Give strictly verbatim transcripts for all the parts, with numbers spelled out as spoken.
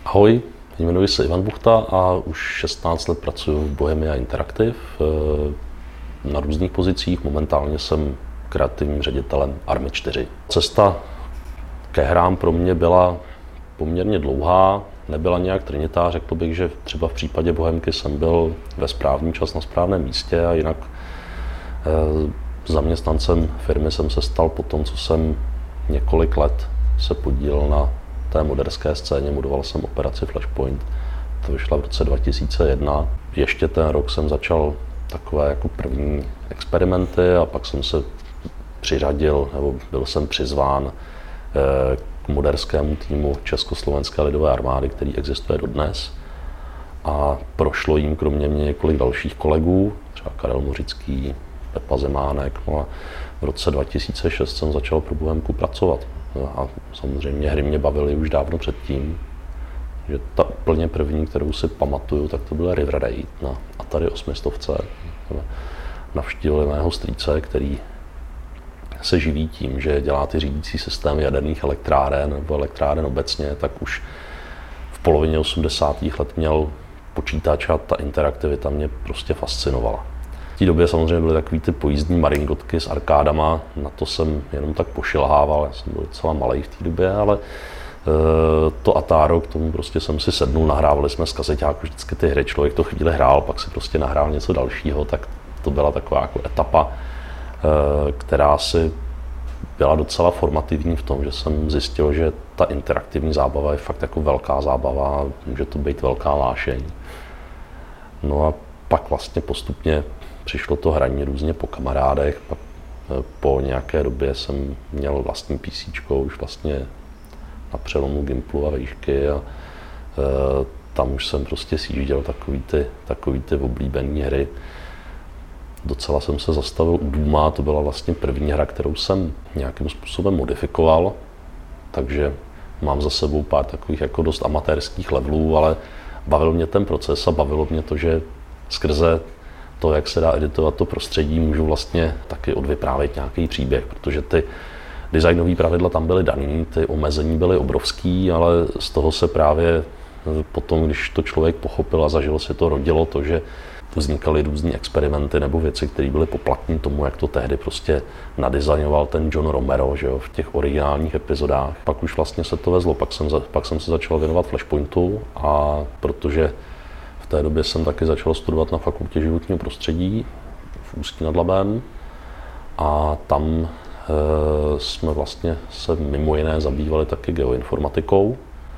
Ahoj, jmenuji se Ivan Buchta a už šestnáct let pracuji v Bohemia Interactive na různých pozicích. Momentálně jsem kreativním ředitelem Army čtyři. Cesta ke hrám pro mě byla poměrně dlouhá, nebyla nějak trnitá. Řekl bych, že třeba v případě Bohemky jsem byl ve správný čas na správném místě a jinak zaměstnancem firmy jsem se stal po tom, co jsem několik let se podílel na té moderské scéně, budoval jsem operaci Flashpoint. To vyšla v roce dva tisíce jedna. Ještě ten rok jsem začal takové jako první experimenty a pak jsem se přiřadil, nebo byl jsem přizván k moderskému týmu Československé lidové armády, který existuje dodnes. A prošlo jim kromě mě několik dalších kolegů, třeba Karel Mořický, Pepa Zemánek. No a v roce dva tisíce šest jsem začal pro Bohemku pracovat. A samozřejmě hry mě bavily už dávno předtím. Že ta úplně první, kterou si pamatuju, tak to byla River Raid na Atari osmistovce. Navštívili mého strýce, který se živí tím, že dělá ty řídící systémy jaderných elektráren nebo elektráren obecně, tak už v polovině osmdesátých let měl počítač a ta interaktivita mě prostě fascinovala. V té době samozřejmě byly takový ty pojízdní maringotky s arkádama, na to jsem jenom tak pošilhával, já jsem byl docela malej v té době, ale to Ataro, k tomu prostě jsem si sednul, nahrávali jsme z kazeťáku vždycky ty hry, člověk to chvíli hrál, pak si prostě nahrál něco dalšího, tak to byla taková jako etapa, která si byla docela formativní v tom, že jsem zjistil, že ta interaktivní zábava je fakt jako velká zábava, může to být velká vášeň. No a pak vlastně postupně přišlo to hraní různě po kamarádech, pak po nějaké době jsem měl vlastní PCčko už vlastně na přelomu Gimplu a Vejšky a e, tam už jsem prostě sjížděl takový ty, takový ty oblíbené hry. Docela jsem se zastavil u Dooma, to byla vlastně první hra, kterou jsem nějakým způsobem modifikoval, takže mám za sebou pár takových jako dost amatérských levelů, ale bavil mě ten proces a bavilo mě to, že skrze to, jak se dá editovat to prostředí, můžu vlastně taky odvyprávět nějaký příběh, protože ty designové pravidla tam byly daný, ty omezení byly obrovský, ale z toho se právě potom, když to člověk pochopil a zažil si to, rodilo to, že vznikaly různý experimenty nebo věci, které byly poplatné tomu, jak to tehdy prostě nadizajnoval ten John Romero, že jo, v těch originálních epizodách. Pak už vlastně se to vezlo, pak jsem, za, pak jsem se začal věnovat Flashpointu a protože v té době jsem taky začal studovat na fakultě životního prostředí v Ústí nad Labem a tam e, jsme vlastně se mimo jiné zabývali taky geoinformatikou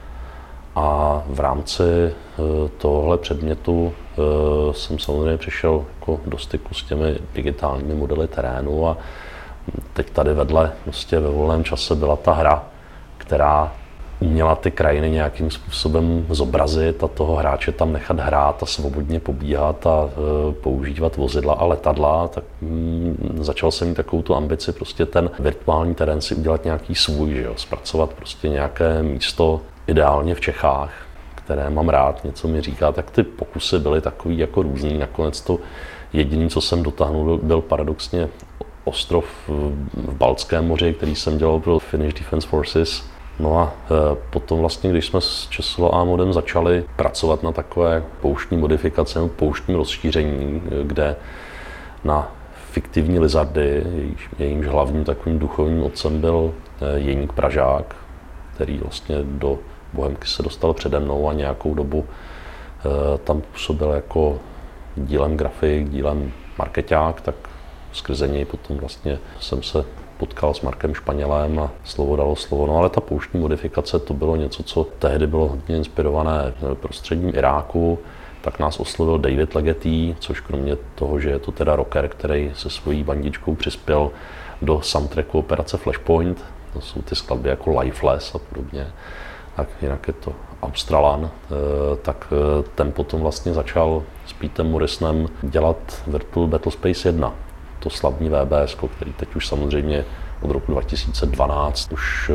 a v rámci e, tohle předmětu e, jsem samozřejmě přišel jako do styku s těmi digitálními modely terénu a teď tady vedle prostě ve volném čase byla ta hra, která uměla ty krajiny nějakým způsobem zobrazit a toho hráče tam nechat hrát a svobodně pobíhat a e, používat vozidla a letadla, tak mm, začal jsem mít takovou tu ambici prostě ten virtuální terén si udělat nějaký svůj, že jo, zpracovat prostě nějaké místo, ideálně v Čechách, které mám rád, něco mi říká, tak ty pokusy byly takový jako různý, nakonec to jediné, co jsem dotáhnul, byl paradoxně ostrov v Baltském moři, který jsem dělal pro Finnish Defence Forces. No a e, potom vlastně, když jsme s Česlo a modem začali pracovat na takové pouštní modifikace, pouštní rozšíření, kde na fiktivní lizardy, jejíž, jejímž hlavním takovým duchovním otcem byl e, Jeník Pražák, který vlastně do Bohemky se dostal přede mnou a nějakou dobu e, tam působil jako dílem grafik, dílem markeťák, tak skrze něj potom vlastně jsem se potkal s Markem Španělem a slovo dalo slovo. No ale ta pouštní modifikace to bylo něco, co tehdy bylo hodně inspirované prostředím Iráku, tak nás oslovil David Legetty, což kromě toho, že je to teda rocker, který se svojí bandičkou přispěl do soundtracku operace Flashpoint, to jsou ty skladby jako Lifeless a podobně, tak jinak je to Australan, tak ten potom vlastně začal s Petem Morrisonem dělat Virtual Battlespace jedna. To slavný V B S, který teď už samozřejmě od roku dva tisíce dvanáct už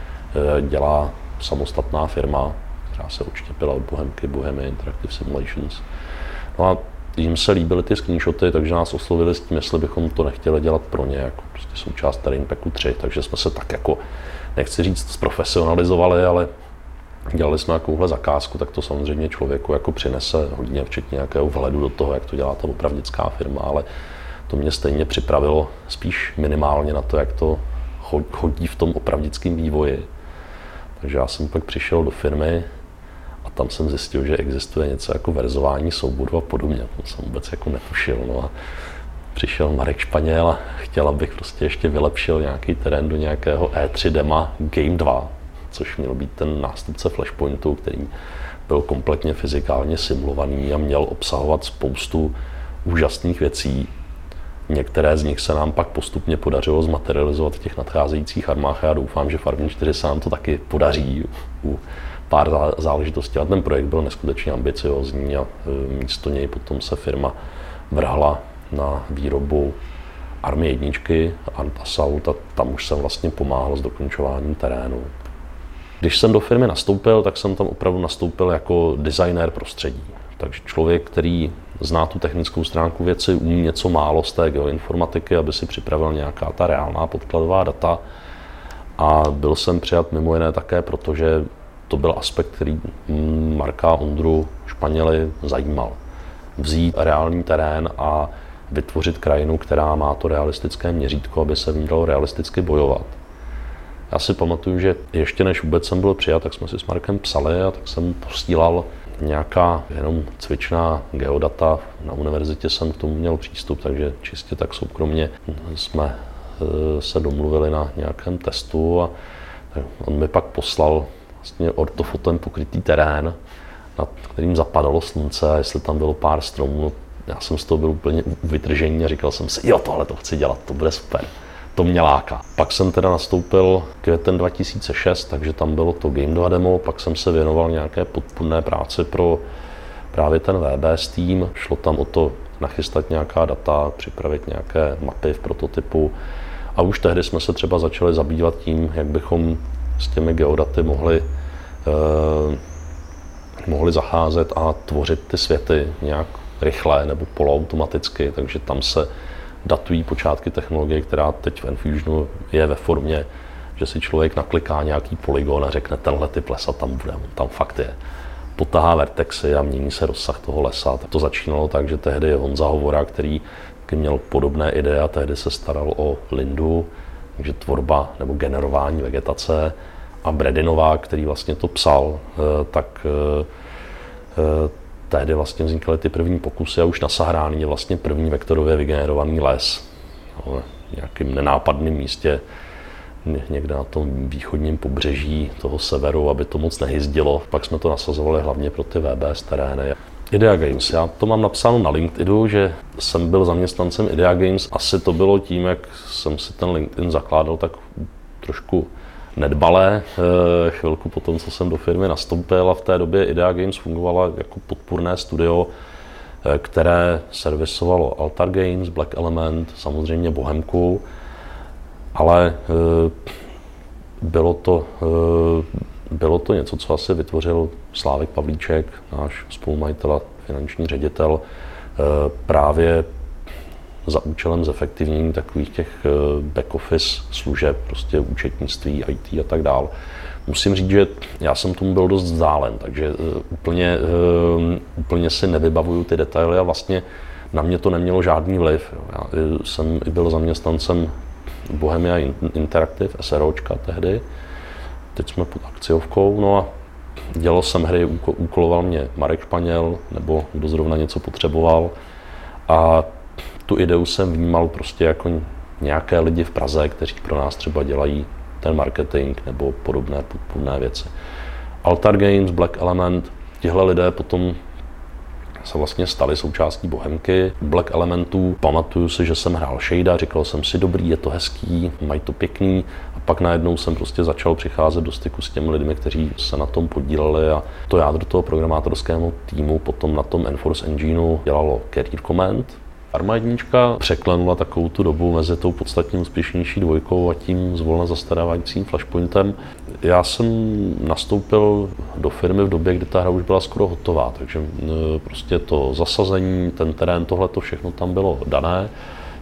dělá samostatná firma, která se odštěpila od Bohemky, Bohemia Interactive Simulations. No a jim se líbily ty screenshoty, takže nás oslovili s tím, jestli bychom to nechtěli dělat pro ně, jako prostě součást Terrain Packu tři, takže jsme se tak jako, nechci říct, zprofesionalizovali, ale dělali jsme takovouhle zakázku, tak to samozřejmě člověku jako přinese hodně, včetně nějakého vhledu do toho, jak to dělá ta opravdická firma, ale to mě stejně připravilo spíš minimálně na to, jak to chodí v tom opravdickém vývoji. Takže já jsem pak přišel do firmy a tam jsem zjistil, že existuje něco jako verzování souboru a podobně. To jsem vůbec jako netušil. No a přišel Marek Španěl a chtěl, abych prostě ještě vylepšil nějaký terén do nějakého E tři dema Game dva, což měl být ten nástupce Flashpointu, který byl kompletně fyzikálně simulovaný a měl obsahovat spoustu úžasných věcí. Některé z nich se nám pak postupně podařilo zmaterializovat v těch nadcházejících armách a já doufám, že v Armě čtyři se nám to taky podaří u pár záležitostí. A ten projekt byl neskutečně ambiciózní a místo něj potom se firma vrhla na výrobu Army jedničky Ant Assault a tam už jsem vlastně pomáhal s dokončováním terénu. Když jsem do firmy nastoupil, tak jsem tam opravdu nastoupil jako designér prostředí. Takže člověk, který zná tu technickou stránku věci, umí něco málo z té geoinformatiky, aby si připravil nějaká ta reálná podkladová data. A byl jsem přijat mimo jiné také, protože to byl aspekt, který Marka a Ondru Španěli zajímal. Vzít reálný terén a vytvořit krajinu, která má to realistické měřítko, aby se v ní dalo realisticky bojovat. Já si pamatuju, že ještě než vůbec jsem byl přijat, tak jsme si s Markem psali a tak jsem posílal nějaká jenom cvičná geodata. Na univerzitě jsem k tomu měl přístup, takže čistě tak soukromně jsme se domluvili na nějakém testu a on mi pak poslal vlastně ortofotem pokrytý terén, nad kterým zapadalo slunce a jestli tam bylo pár stromů. Já jsem z toho byl úplně vytržený a říkal jsem si, jo, tohle to chci dělat, to bude super. To mě láká. Pak jsem teda nastoupil květen dva tisíce šest, takže tam bylo to Game dva demo, pak jsem se věnoval nějaké podpůrné práci pro právě ten V B S tým. Šlo tam o to nachystat nějaká data, připravit nějaké mapy v prototypu a už tehdy jsme se třeba začali zabývat tím, jak bychom s těmi geodaty mohli, eh, mohli zacházet a tvořit ty světy nějak rychle nebo poloautomaticky, takže tam se datují počátky technologie, která teď v Enfusionu je ve formě, že si člověk nakliká nějaký polygon a řekne, tenhle typ lesa tam bude, on tam fakt je. Potahá vertexy a mění se rozsah toho lesa. Tak to začínalo tak, že tehdy Honza Hovora, který měl podobné ideje a tehdy se staral o Lindu, takže tvorba nebo generování vegetace, a Bredinová, který vlastně to psal, tak tehdy vlastně vznikaly ty první pokusy a už na Sahrání je vlastně první vektorově vygenerovaný les. No, v nějakým nenápadném místě, někde na tom východním pobřeží toho severu, aby to moc nehyzdilo. Pak jsme to nasazovali hlavně pro ty V B S terény. Idea Games. Já to mám napsáno na LinkedInu, že jsem byl zaměstnancem Idea Games. Asi to bylo tím, jak jsem si ten LinkedIn zakládal, tak trošku nedbalé. Chvilku potom, co jsem do firmy nastoupil, a v té době Idea Games fungovala jako podpůrné studio, které servisovalo Altar Games, Black Element, samozřejmě Bohemku, ale bylo to, bylo to něco, co asi vytvořil Slávek Pavlíček, náš spolumajitel a finanční ředitel, právě za účelem zefektivnění takových těch back-office služeb, prostě účetnictví, í té a tak dál. Musím říct, že já jsem tomu byl dost vzdálen, takže úplně, úplně si nevybavuju ty detaily a vlastně na mě to nemělo žádný vliv. Já jsem byl zaměstnancem Bohemia Interactive, SROčka tehdy, teď jsme pod akciovkou, no a dělal jsem hry, úkoloval mě Marek Španěl, nebo kdo zrovna něco potřeboval a tu ideu jsem vnímal prostě jako nějaké lidi v Praze, kteří pro nás třeba dělají ten marketing nebo podobné podpůrné věci. Altar Games, Black Element, tihle lidé potom se vlastně stali součástí Bohemky. Black Elementů, pamatuju si, že jsem hrál Shada, říkal jsem si, dobrý, je to hezký, mají to pěkný. A pak najednou jsem prostě začal přicházet do styku s těmi lidmi, kteří se na tom podíleli a to jádro toho programátorského týmu potom na tom Enforce Engineu dělalo Career Command. Arma jednička překlenula takovou tu dobu mezi tou podstatně úspěšnější dvojkou a tím zvolna zastarávajícím Flashpointem. Já jsem nastoupil do firmy v době, kdy ta hra už byla skoro hotová, takže prostě to zasazení, ten terén, tohle to všechno tam bylo dané.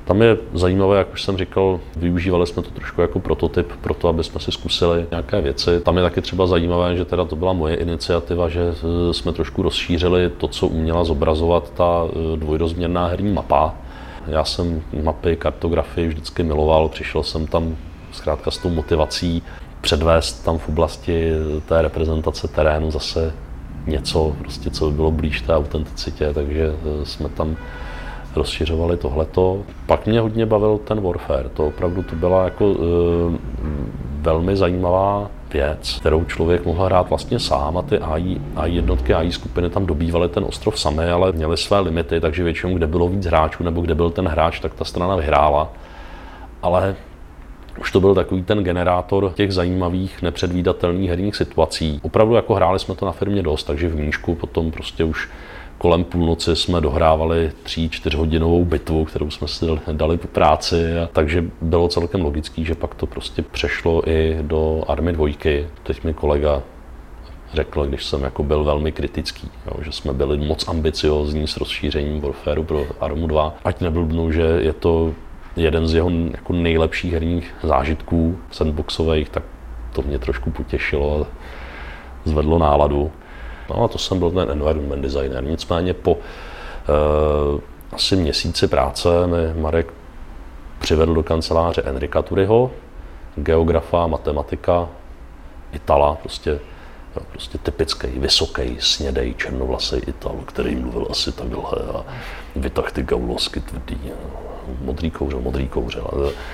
Tam je zajímavé, jak už jsem říkal, využívali jsme to trošku jako prototyp pro to, aby jsme si zkusili nějaké věci. Tam je taky třeba zajímavé, že teda to byla moje iniciativa, že jsme trošku rozšířili to, co uměla zobrazovat ta dvojrozměrná herní mapa. Já jsem mapy, kartografii vždycky miloval, přišel jsem tam zkrátka s tou motivací předvést tam v oblasti té reprezentace terénu zase něco, prostě, co by bylo blíž té autenticitě, takže jsme tam rozšiřovali tohleto. Pak mě hodně bavil ten Warfare, to opravdu to byla jako e, velmi zajímavá věc, kterou člověk mohl hrát vlastně sám a ty A I, A I jednotky, A I skupiny tam dobývaly ten ostrov sami, ale měly své limity, takže většinou, kde bylo víc hráčů nebo kde byl ten hráč, tak ta strana vyhrála. Ale už to byl takový ten generátor těch zajímavých, nepředvídatelných herních situací. Opravdu jako hráli jsme to na firmě dost, takže v Mníšku potom prostě už kolem půlnoci jsme dohrávali tři čtyři hodinovou bitvu, kterou jsme si dali po práci, a takže bylo celkem logický, že pak to prostě přešlo i do Army dvojky. Teď mi kolega řekl, když jsem jako byl velmi kritický, jo, že jsme byli moc ambiciózní s rozšířením Warfareu pro Armu dva. Ať neblbnu, že je to jeden z jeho jako nejlepších herních zážitků sandboxových, tak to mě trošku potěšilo a zvedlo náladu. No a to jsem byl ten environment designer. Nicméně po uh, asi měsíci práce mi Marek přivedl do kanceláře Enrika Turiho, geografa, matematika, Itala, prostě, jo, prostě typický, vysoký, snědej, černovlasý Ital, který mluvil asi takhle a vytah ty gaulosky tvrdý, modrý kouřel, modrý kouřel.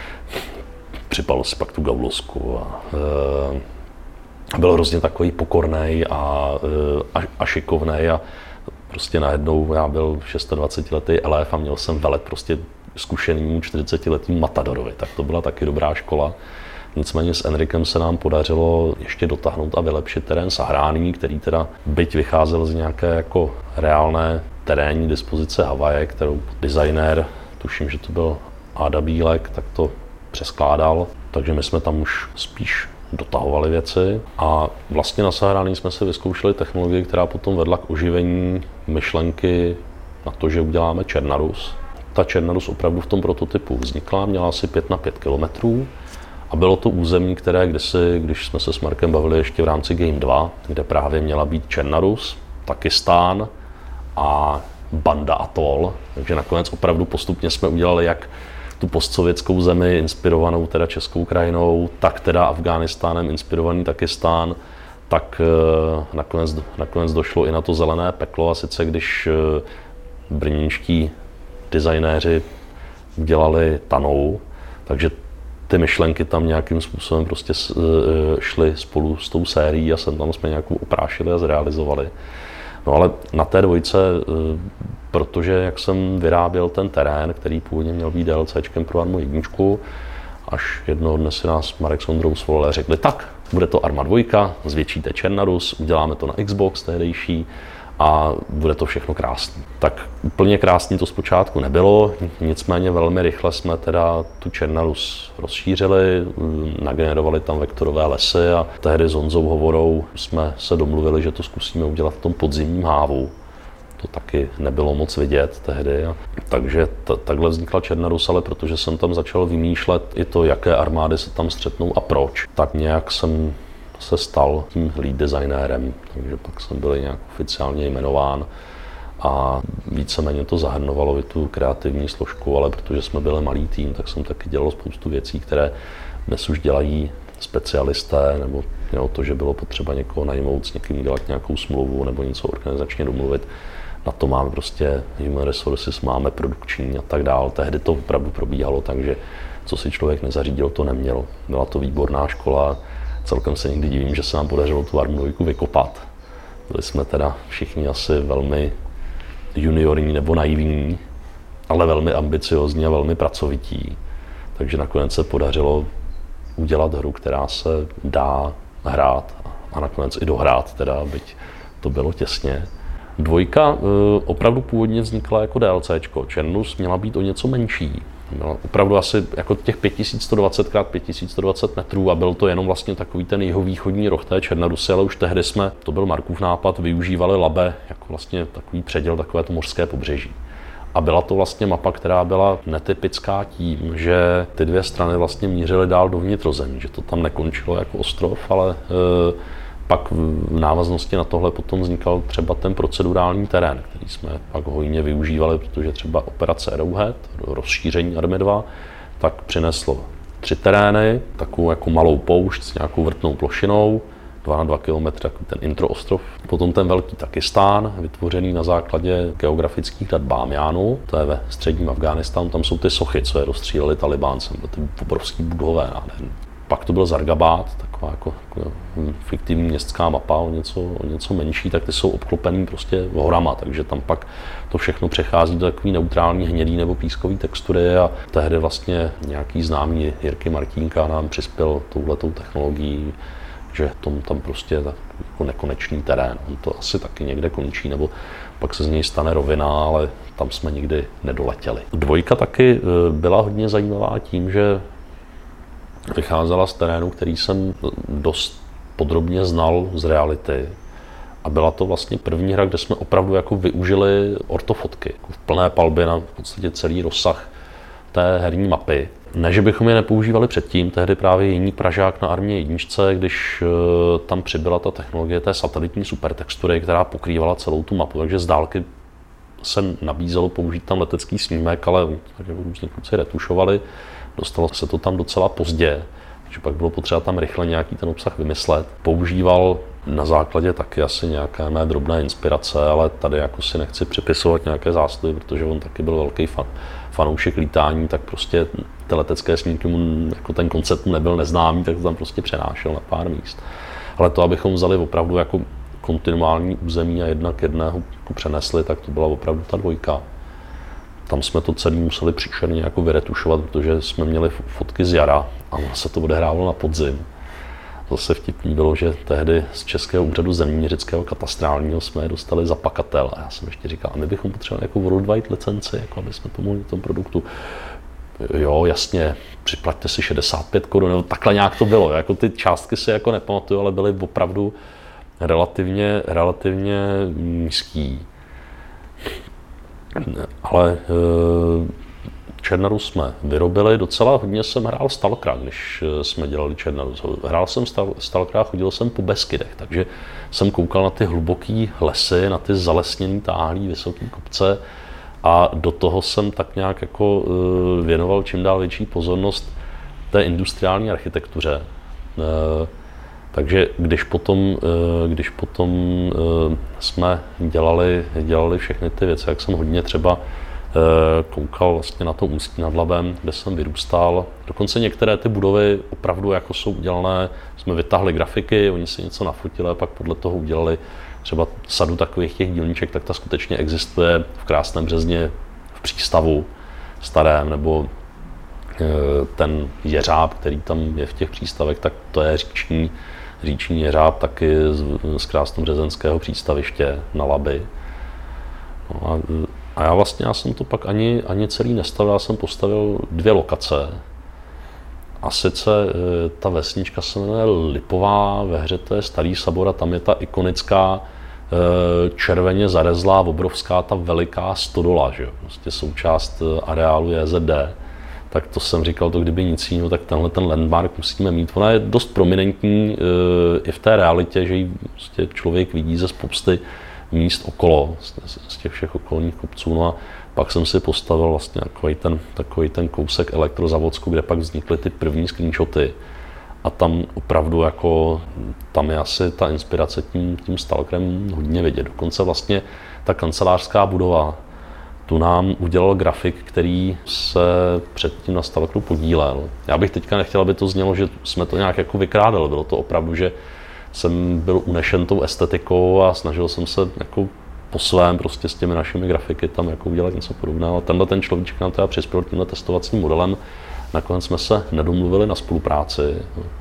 Připal si pak tu gaulosku a uh, byl hrozně takový pokornej a, a, a šikovnej a prostě najednou já byl dvacetišestiletý elef a měl jsem velet prostě zkušeným čtyřicetiletým matadorovi, tak to byla taky dobrá škola. Nicméně s Enrikem se nám podařilo ještě dotáhnout a vylepšit terén Sahrání, který teda byť vycházel z nějaké jako reálné terénní dispozice Havaje, kterou designér, tuším, že to byl Áda Bílek, tak to přeskládal, takže my jsme tam už spíš dotahovali věci a vlastně na Sahrání jsme si vyzkoušeli technologii, která potom vedla k oživení myšlenky na to, že uděláme Černarus. Ta Černarus opravdu v tom prototypu vznikla, měla asi pět na pět kilometrů a bylo to území, které kdysi, když jsme se s Markem bavili ještě v rámci Game dva, kde právě měla být Černarus, Takistán a Banda Atol, takže nakonec opravdu postupně jsme udělali jak tu postsovětskou zemi inspirovanou teda českou krajinou, tak teda Afghánistánem inspirovaný Takistán, tak nakonec, nakonec došlo i na to zelené peklo a sice když brněnští designéři dělali Tanou, takže ty myšlenky tam nějakým způsobem prostě šly spolu s tou sérií a sem tam jsme nějakou oprášili a zrealizovali. No ale na té dvojce, protože jak jsem vyráběl ten terén, který původně měl být DLCčkem pro Armu jedničku, až jednoho dne si nás Marek s Ondrou svolali a řekli, tak, bude to Arma dvojka, zvětšíte Černarus, uděláme to na Xbox tehdejší a bude to všechno krásný. Tak úplně krásný to zpočátku nebylo, nicméně velmi rychle jsme teda tu Černarus rozšířili, nagenerovali tam vektorové lesy a tehdy s Honzou Hovorou jsme se domluvili, že to zkusíme udělat v tom podzimním hávu. To taky nebylo moc vidět tehdy. Takže t- takhle vznikla Černarus, ale protože jsem tam začal vymýšlet i to, jaké armády se tam střetnou a proč, tak nějak jsem se stal tím lead designérem, takže pak jsem byl nějak oficiálně jmenován a víceméně to zahrnovalo i tu kreativní složku, ale protože jsme byli malý tým, tak jsem taky dělal spoustu věcí, které dnes už dělají specialisté, nebo jo, to, že bylo potřeba někoho najmout, s někým dělat nějakou smlouvu nebo něco organizačně domluvit. Na to máme prostě human resources, máme produkční a tak dál. Tehdy to opravdu probíhalo, takže co si člověk nezařídil, to neměl. Byla to výborná škola, celkem se někdy divím, že se nám podařilo tu Armu dvojku vykopat. Byli jsme teda všichni asi velmi juniorní nebo naivní, ale velmi ambiciozní a velmi pracovití. Takže nakonec se podařilo udělat hru, která se dá hrát a nakonec i dohrát, teda, byť to bylo těsně. Dvojka e, opravdu původně vznikla jako DLCčko. Černarus měla být o něco menší. Byla opravdu asi jako těch pět tisíc sto dvacet krát pět tisíc sto dvacet metrů a byl to jenom vlastně takový ten jihovýchodní roh té Černarusy, ale už tehdy jsme, to byl Markův nápad, využívali Labe jako vlastně takový předěl, takové to mořské pobřeží. A byla to vlastně mapa, která byla netypická tím, že ty dvě strany vlastně mířily dál do vnitrozemí, že to tam nekončilo jako ostrov, ale e, pak v návaznosti na tohle potom vznikal třeba ten procedurální terén, který jsme pak hojně využívali, protože třeba operace Arrowhead, rozšíření Army dva, tak přineslo tři terény, takovou jako malou poušť s nějakou vrtnou plošinou, dva na dva kilometry, ten introostrov. Potom ten velký Takistán, vytvořený na základě geografických dat Bámjánu, to je ve středním Afghánistánu, tam jsou ty sochy, co je rozstříleli Talibáncem, ty obrovský budové nádherný. Pak to byl Zargabad, taková jako, jako fiktivní městská mapa, o něco, o něco menší, tak ty jsou obklopený prostě horama, takže tam pak to všechno přechází do takový neutrální hnědý nebo pískový textury a tehdy vlastně nějaký známý Jirky Martínka nám přispěl touhletou technologií, že tom tam prostě je jako nekonečný terén. On to asi taky někde končí, nebo pak se z něj stane rovina, ale tam jsme nikdy nedoletěli. Dvojka taky byla hodně zajímavá tím, že vycházela z terénu, který jsem dost podrobně znal z reality. A byla to vlastně první hra, kde jsme opravdu jako využili ortofotky. V plné palbě na v podstatě celý rozsah té herní mapy. Ne, že bychom je nepoužívali předtím, tehdy právě jiný Pražák na Armě jedničce, když uh, tam přibyla ta technologie té satelitní supertextury, která pokrývala celou tu mapu, takže z dálky se nabízelo použít tam letecký snímek, ale takže různí kluci retušovali, dostalo se to tam docela pozdě, takže pak bylo potřeba tam rychle nějaký ten obsah vymyslet. Používal na základě taky asi nějaké mé drobné inspirace, ale tady jako si nechci připisovat nějaké zásluhy, protože on taky byl velký fan, fanoušek lítání, tak prostě ty letecké snímky mu, jako ten koncept mu nebyl neznámý, tak to tam prostě přenášel na pár míst. Ale to, abychom vzali opravdu jako kontinuální území a jedna k jedného jako přenesli, tak to byla opravdu ta dvojka. Tam jsme to celé museli příšerně jako vyretušovat, protože jsme měli fotky z jara a se to odehrávalo na podzim. Zase vtipný bylo, že tehdy z Českého úřadu zeměměřického katastrálního jsme je dostali za pakatel. A já jsem ještě říkal, a my bychom potřebovali jako worldwide licenci, jako aby jsme pomohli tomu produktu. Jo, jasně, připlaťte si šedesát pět korun, nebo takhle nějak to bylo. Jako ty částky si jako nepamatuju, ale byly opravdu relativně, relativně nízký. Ale Černoru jsme vyrobili, docela hodně jsem hrál Stalkera, když jsme dělali Černoru. Hrál jsem Stalkera, chodil jsem po Beskydech, takže jsem koukal na ty hluboký lesy, na ty zalesněný, táhlý, vysoký kopce a do toho jsem tak nějak jako věnoval čím dál větší pozornost té industriální architektuře. Takže když potom, když potom jsme dělali, dělali všechny ty věci, jak jsem hodně třeba koukal vlastně na to Ústí nad Labem, kde jsem vyrůstal. Dokonce některé ty budovy opravdu jako jsou udělané, jsme vytáhli grafiky, oni si něco nafotili a pak podle toho udělali třeba sadu takových těch dílniček, tak ta skutečně existuje v Krásném Březně v přístavu starém, nebo ten jeřáb, který tam je v těch přístavech, tak to je říční, říční jeřáb taky z, z Krásnobřezenského přístaviště na Labi. No a, a já vlastně já jsem to pak ani, ani celý nestavil, já jsem postavil dvě lokace. A sice ta vesnička se jmenuje Lipová, ve hře to je Starý Sabor a tam je ta ikonická červeně zarezlá, obrovská, ta veliká stodola, že jo? Prostě součást areálu J Z D. Tak to jsem říkal, to kdyby nic jiného, tak tenhle ten landmark musíme mít. Ona je dost prominentní i v té realitě, že ji prostě člověk vidí ze spousty míst okolo, z těch všech okolních kopců. No a pak jsem si postavil vlastně takový ten, takový ten kousek Elektrozavodsku, kde pak vznikly ty první screenshoty. A tam opravdu jako, tam je asi ta inspirace tím, tím Stalkerem hodně vidět. Dokonce vlastně ta kancelářská budova, tu nám udělal grafik, který se předtím na Stalkeru podílel. Já bych teďka nechtěl, aby to znělo, že jsme to nějak jako vykrádali. Bylo to opravdu, že jsem byl unešen tou estetikou a snažil jsem se jako po svém prostě s těmi našimi grafiky tam jako udělat něco podobného. Tenhle ten človíček nám teda přispěl tímhle testovacím modelem. Nakonec jsme se nedomluvili na spolupráci.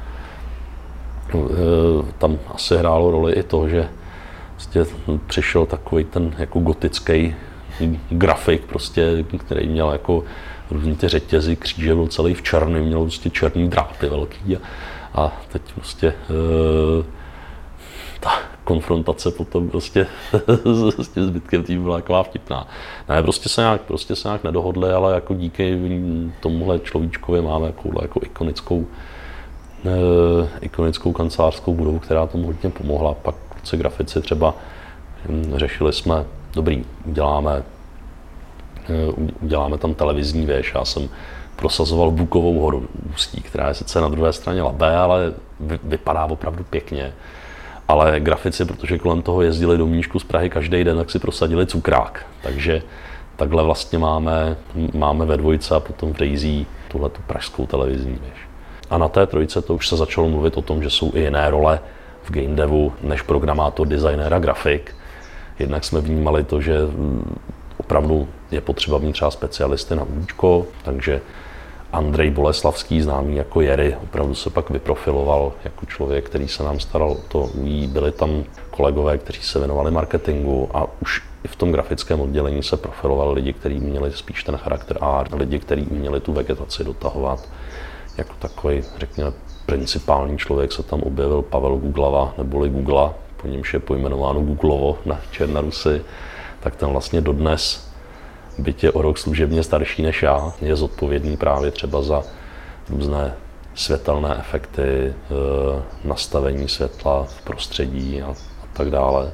Tam asi hrálo roli i to, že prostě přišel takový ten jako gotický grafik, prostě, který měl jako různý ty řetězy, kříže, byl celý v černý, měl prostě černý dráty velký a, a teď prostě e, ta konfrontace potom prostě s tím zbytkem týmu byla taková vtipná. Ne, prostě se nějak, prostě se nějak nedohodli, ale jako díky tomuhle človíčkovi máme takovou jako ikonickou, eh, ikonickou kancelářskou budovu, která tomu hodně pomohla. Pak kluci grafici třeba hm, řešili jsme, dobrý, uděláme, eh, uděláme tam televizní věž, já jsem prosazoval Bukovou horu Ústí, která je sice na druhé straně Labe, ale vy, vypadá opravdu pěkně. Ale grafici, protože kolem toho jezdili do Mníšku z Prahy každý den, tak si prosadili Cukrák. Takže takhle vlastně máme, máme ve dvojce a potom v Daisy tuhletu pražskou televizní věž. A na té trojice to už se začalo mluvit o tom, že jsou i jiné role v game devu než programátor, designér a grafik. Jednak jsme vnímali to, že opravdu je potřeba mít třeba specialisty na účko, takže Andrej Boleslavský, známý jako Jerry, opravdu se pak vyprofiloval jako člověk, který se nám staral o to U I. Byli tam kolegové, kteří se věnovali marketingu a už i v tom grafickém oddělení se profilovali lidi, kteří měli spíš ten charakter art, lidi, kteří měli tu vegetaci dotahovat. Jako takový, řekněme, principální člověk se tam objevil Pavel Guglava, neboli Googla, po němž je pojmenováno Googlovo na Černarusy, tak ten vlastně dodnes, byť je o rok služebně starší než já, je zodpovědný právě třeba za různé světelné efekty, nastavení světla v prostředí a, a tak dále.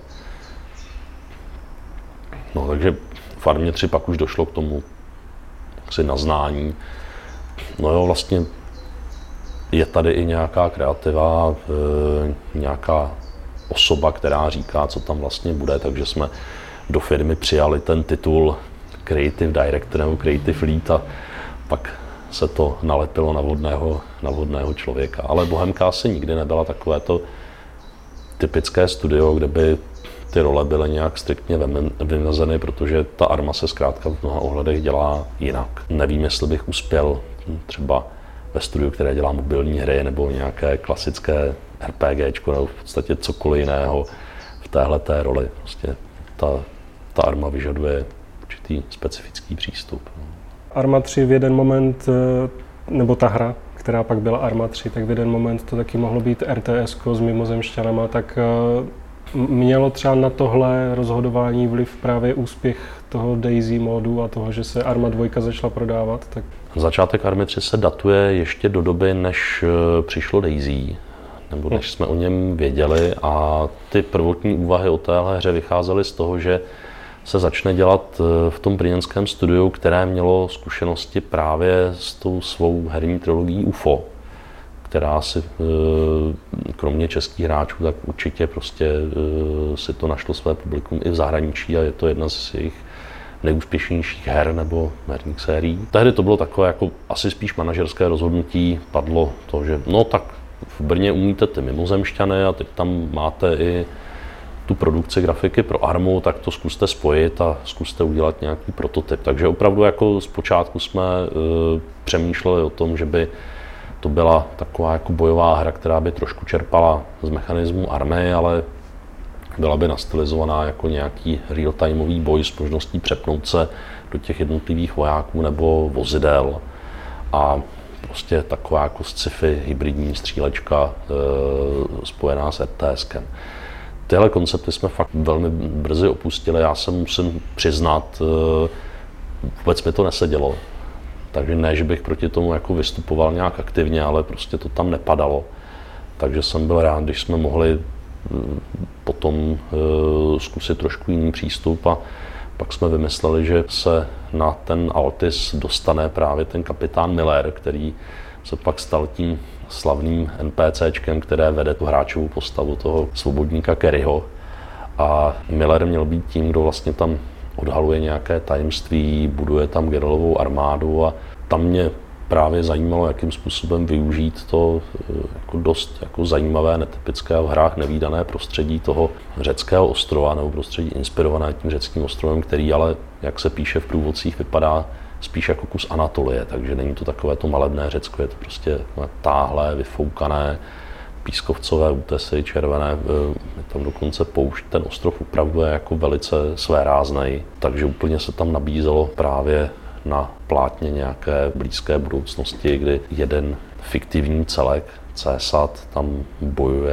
No, takže v Armě tři pak už došlo k tomu jaksi naznání. No jo, vlastně je tady i nějaká kreativa, nějaká osoba, která říká, co tam vlastně bude, takže jsme do firmy přijali ten titul Creative Director nebo Creative Lead a pak se to nalepilo na vhodného, na vhodného člověka. Ale Bohemka asi nikdy nebyla takovéto typické studio, kde by ty role byly nějak striktně vymezeny, protože ta Arma se zkrátka v mnoha ohledech dělá jinak. Nevím, jestli bych uspěl třeba ve studiu, které dělá mobilní hry nebo nějaké klasické RPGčko nebo v podstatě cokoliv jiného v téhleté roli. Prostě ta, ta Arma vyžaduje určitý specifický přístup. Arma tři v jeden moment, nebo ta hra, která pak byla Arma tři, tak v jeden moment to taky mohlo být R T S ko s mimozemšťanama, tak mělo třeba na tohle rozhodování vliv právě úspěch toho Daisy modu a toho, že se Arma dva začala prodávat? Tak... Začátek Army tři se datuje ještě do doby, než přišlo Daisy, nebo než jsme o něm věděli, a ty prvotní úvahy o téhle hře vycházely z toho, že se začne dělat v tom brněnském studiu, které mělo zkušenosti právě s tou svou herní trilogií U F O, která si kromě českých hráčů, tak určitě prostě si to našlo své publikum i v zahraničí a je to jedna z jejich nejúspěšnějších her nebo herních sérií. Tehdy to bylo takové jako asi spíš manažerské rozhodnutí, padlo to, že no tak v Brně umíte ty mimozemšťany a teď tam máte i tu produkci grafiky pro Armu, tak to zkuste spojit a zkuste udělat nějaký prototyp. Takže opravdu jako zpočátku jsme uh, přemýšleli o tom, že by to byla taková jako bojová hra, která by trošku čerpala z mechanismu Army, ale byla by nastylizovaná jako nějaký real-timeový boj s možností přepnout se do těch jednotlivých vojáků nebo vozidel. A prostě taková jako sci-fi hybridní střílečka e, spojená s RTSkem. Tyhle koncepty jsme fakt velmi brzy opustili, já se musím přiznat, e, vůbec mi to nesedělo. Takže ne, že bych proti tomu jako vystupoval nějak aktivně, ale prostě to tam nepadalo. Takže jsem byl rád, když jsme mohli potom e, zkusit trošku jiný přístup a pak jsme vymysleli, že se na ten Altis dostane právě ten kapitán Miller, který se pak stal tím slavným NPCčkem, které vede tu hráčovou postavu toho svobodníka Kerryho. A Miller měl být tím, kdo vlastně tam odhaluje nějaké tajemství, buduje tam Geraltovou armádu a tam mě právě zajímalo, jakým způsobem využít to jako dost jako zajímavé, netypické v hrách nevídané prostředí toho řeckého ostrova nebo prostředí inspirované tím řeckým ostrovem, který ale, jak se píše v průvodcích, vypadá spíš jako kus Anatolie, takže není to takové to malebné Řecko, je to prostě táhlé, vyfoukané, pískovcové útesy, červené, je tam dokonce poušť, ten ostrov opravdu je jako velice svéráznej, takže úplně se tam nabízelo právě na plátně nějaké blízké budoucnosti, kdy jeden fiktivní celek, César, tam bojuje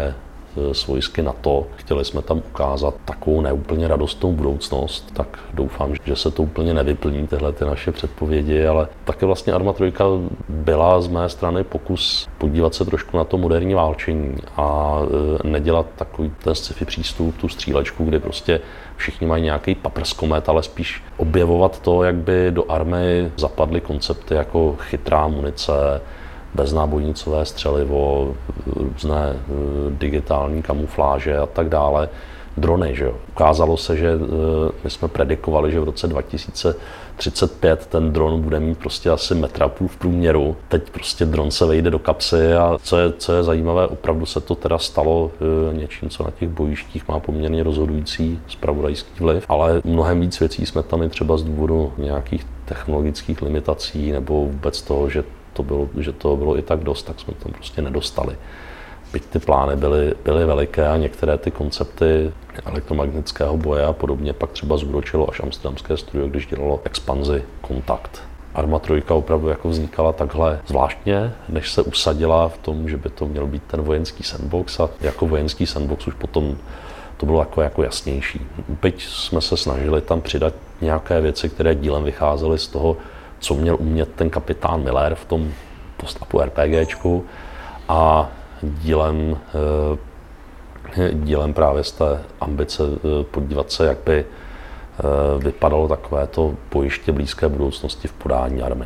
s vojsky NATO. Chtěli jsme tam ukázat takovou neúplně radostnou budoucnost, tak doufám, že se to úplně nevyplní, tyhle ty naše předpovědi, ale také vlastně Arma tři byla z mé strany pokus podívat se trošku na to moderní válčení a nedělat takový ten sci-fi přístup, tu střílečku, kdy prostě všichni mají nějaký paprskomet, ale spíš objevovat to, jak by do army zapadly koncepty jako chytrá munice, beznábojnicové střelivo, různé digitální kamufláže a tak dále. Drony, že jo. Ukázalo se, že my jsme predikovali, že v roce dva tisíce třicet pět ten dron bude mít prostě asi metra půl v průměru. Teď prostě dron se vejde do kapsy a co je, co je zajímavé, opravdu se to teda stalo něčím, co na těch bojištích má poměrně rozhodující zpravodajský vliv, ale mnohem víc věcí jsme tam i třeba z důvodu nějakých technologických limitací nebo vůbec toho, že to bylo, že to bylo i tak dost, tak jsme tam prostě nedostali. Byť ty plány byly, byly veliké a některé ty koncepty elektromagnetického boje a podobně pak třeba zúročilo až amsterdamské studio, když dělalo expanzi Kontakt. Arma tři opravdu jako vznikala takhle zvláštně, než se usadila v tom, že by to měl být ten vojenský sandbox a jako vojenský sandbox už potom to bylo jako, jako jasnější. Byť jsme se snažili tam přidat nějaké věci, které dílem vycházely z toho, co měl umět ten kapitán Miller v tom post-apu RPGčku a dílem, dílem právě z té ambice podívat se, jak by vypadalo takovéto bojiště blízké budoucnosti v podání army.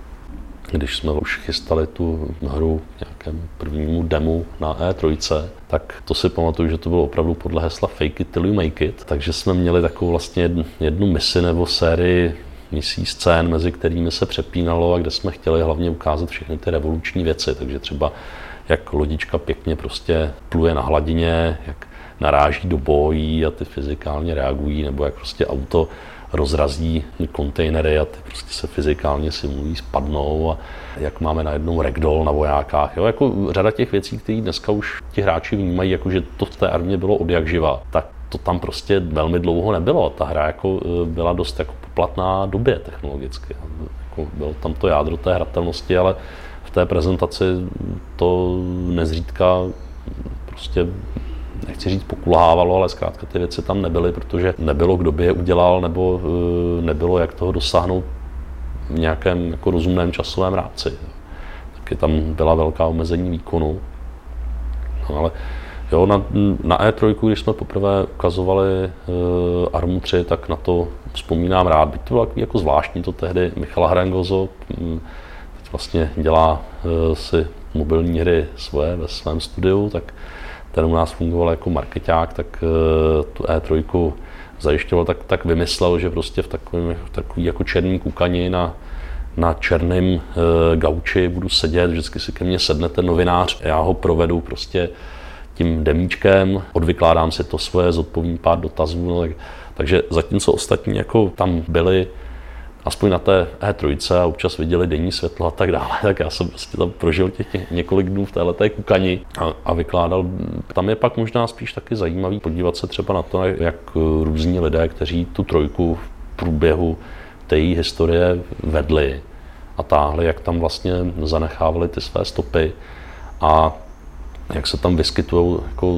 Když jsme už chystali tu hru nějakému prvnímu demu na E tři, tak to si pamatuju, že to bylo opravdu podle hesla Fake it till you make it, takže jsme měli takovou vlastně jednu, jednu misi nebo sérii misí scén, mezi kterými se přepínalo a kde jsme chtěli hlavně ukázat všechny ty revoluční věci, takže třeba jak lodička pěkně prostě pluje na hladině, jak naráží do bojí a ty fyzikálně reagují, nebo jak prostě auto rozrazí kontejnery a ty prostě se fyzikálně simulují, spadnou a jak máme najednou ragdoll na vojákách. Jo? Jako řada těch věcí, které dneska už ti hráči vnímají, jako že to v té armě bylo od jak živa, tak to tam prostě velmi dlouho nebylo. Ta hra jako byla dost jako poplatná době technologicky. Jako bylo tam to jádro té hratelnosti, ale v té prezentaci to nezřídka prostě, nechci říct pokulhávalo, ale zkrátka ty věci tam nebyly, protože nebylo, kdo by je udělal, nebo nebylo, jak toho dosáhnout v nějakém jako rozumném časovém rámci. Taky tam byla velká omezení výkonu. No, ale jo, na, na E tři, když jsme poprvé ukazovali uh, Armu tři, tak na to vzpomínám rád. Byť to bylo jako zvláštní, to tehdy Michal Hrangozo um, teď vlastně dělá uh, si mobilní hry svoje ve svém studiu, tak ten u nás fungoval jako markeťák, tak uh, tu E tři zajišťoval, tak, tak vymyslel, že prostě v takovém v takový jako černý kukani na na černém uh, gauči budu sedět, vždycky si ke mně sedne ten novinář, já ho provedu prostě tím demíčkem, odvykládám si to svoje, zodpovím pár dotazů, no, tak, takže zatímco ostatní jako tam byli aspoň na té E tři a občas viděli denní světlo a tak dále, tak já jsem prostě tam prožil těch několik dnů v téhleté kukani a, a vykládal. Tam je pak možná spíš taky zajímavý podívat se třeba na to, jak různí lidé, kteří tu trojku v průběhu té její historie vedli a táhli, jak tam vlastně zanechávali ty své stopy a jak se tam vyskytují jako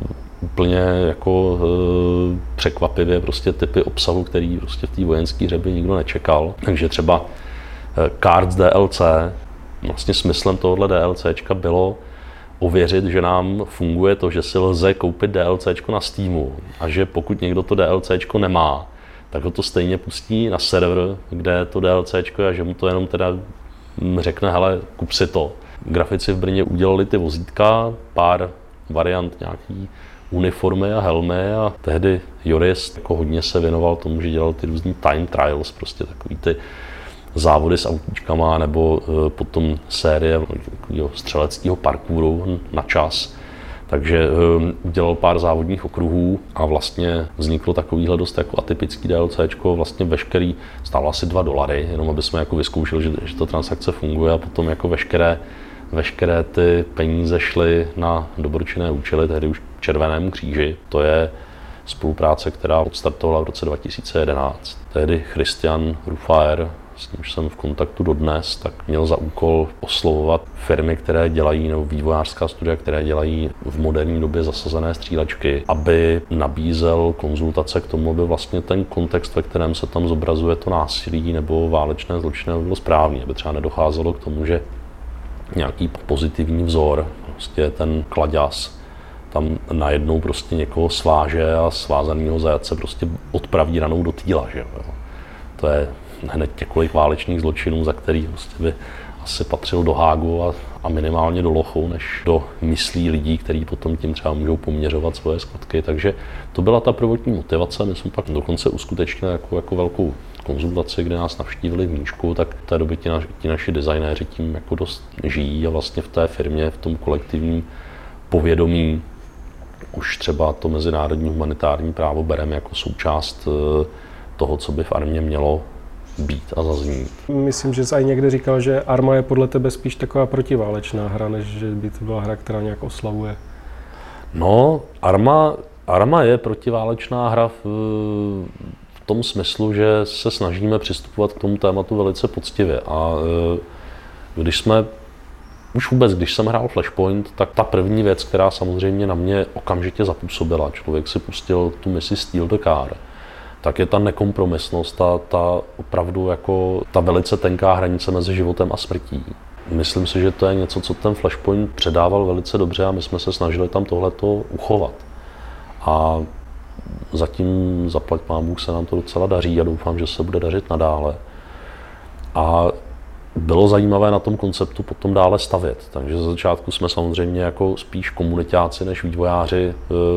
úplně jako e, překvapivě prostě typy obsahu, který prostě v té vojenské hře by nikdo nečekal. Takže třeba e, Cards D L C, vlastně smyslem tohohle DLCčka bylo ověřit, že nám funguje to, že si lze koupit DLCčko na Steamu a že pokud někdo to DLCčko nemá, tak ho to stejně pustí na server, kde to DLCčko je a že mu to jenom teda řekne, hele, kup si to. Grafici v Brně udělali ty vozítka, pár variant nějaký uniformy a helmy a tehdy Joris jako hodně se věnoval tomu, že dělal ty různý time trials, prostě takový ty závody s autíčkama nebo e, potom série střeleckého parkouru na čas. Takže e, udělal pár závodních okruhů a vlastně vzniklo takovýhle dost jako atypický DLCčko, vlastně veškerý, stálo asi dva dolary, jenom aby jsme jako vyzkoušeli, že, že ta transakce funguje a potom jako veškeré Veškeré ty peníze šly na dobročinné účely, tehdy už Červenému kříži. To je spolupráce, která odstartovala v roce dva tisíce jedenáct. Tehdy Christian Ruffaer s nímž jsem v kontaktu dodnes, tak měl za úkol oslovovat firmy, které dělají, nebo vývojářská studia, které dělají v moderní době zasazené střílečky, aby nabízel konzultace k tomu, aby vlastně ten kontext, ve kterém se tam zobrazuje to násilí nebo válečné zločiny, byl správný, aby třeba nedocházelo k tomu, že nějaký pozitivní vzor, prostě ten kladěz, tam najednou prostě někoho sváže a svázanýho zajace prostě odpraví ranou do týla, že jo. To je hned několik válečných zločinů, za který prostě by asi patřil do Hágu a, a minimálně do lochou, než do myslí lidí, kteří potom tím třeba můžou poměřovat svoje skutky. Takže to byla ta prvotní motivace. My jsme pak dokonce uskutečnili jako, jako velkou konzultaci, kde nás navštívili v Mníšku, tak v té době ti, naši, ti naši designéři tím jako dost žijí a vlastně v té firmě, v tom kolektivním povědomí už třeba to mezinárodní humanitární právo bereme jako součást toho, co by v armě mělo být a zaznít. Myslím, že jsi i někde říkal, že Arma je podle tebe spíš taková protiválečná hra, než že by to byla hra, která nějak oslavuje. No, Arma, Arma je protiválečná hra v, v tom smyslu, že se snažíme přistupovat k tomu tématu velice poctivě. A když jsme, už vůbec, když jsem hrál Flashpoint, tak ta první věc, která samozřejmě na mě okamžitě zapůsobila, člověk si pustil tu misi Steal the Car, tak je ta nekompromisnost, ta, ta opravdu jako ta velice tenká hranice mezi životem a smrtí. Myslím si, že to je něco, co ten Flashpoint předával velice dobře a my jsme se snažili tam tohleto uchovat. A zatím, zaplať pán Bůh, se nám to docela daří a doufám, že se bude dařit nadále. A bylo zajímavé na tom konceptu potom dále stavět. Takže za začátku jsme samozřejmě jako spíš komunitáci než vývojáři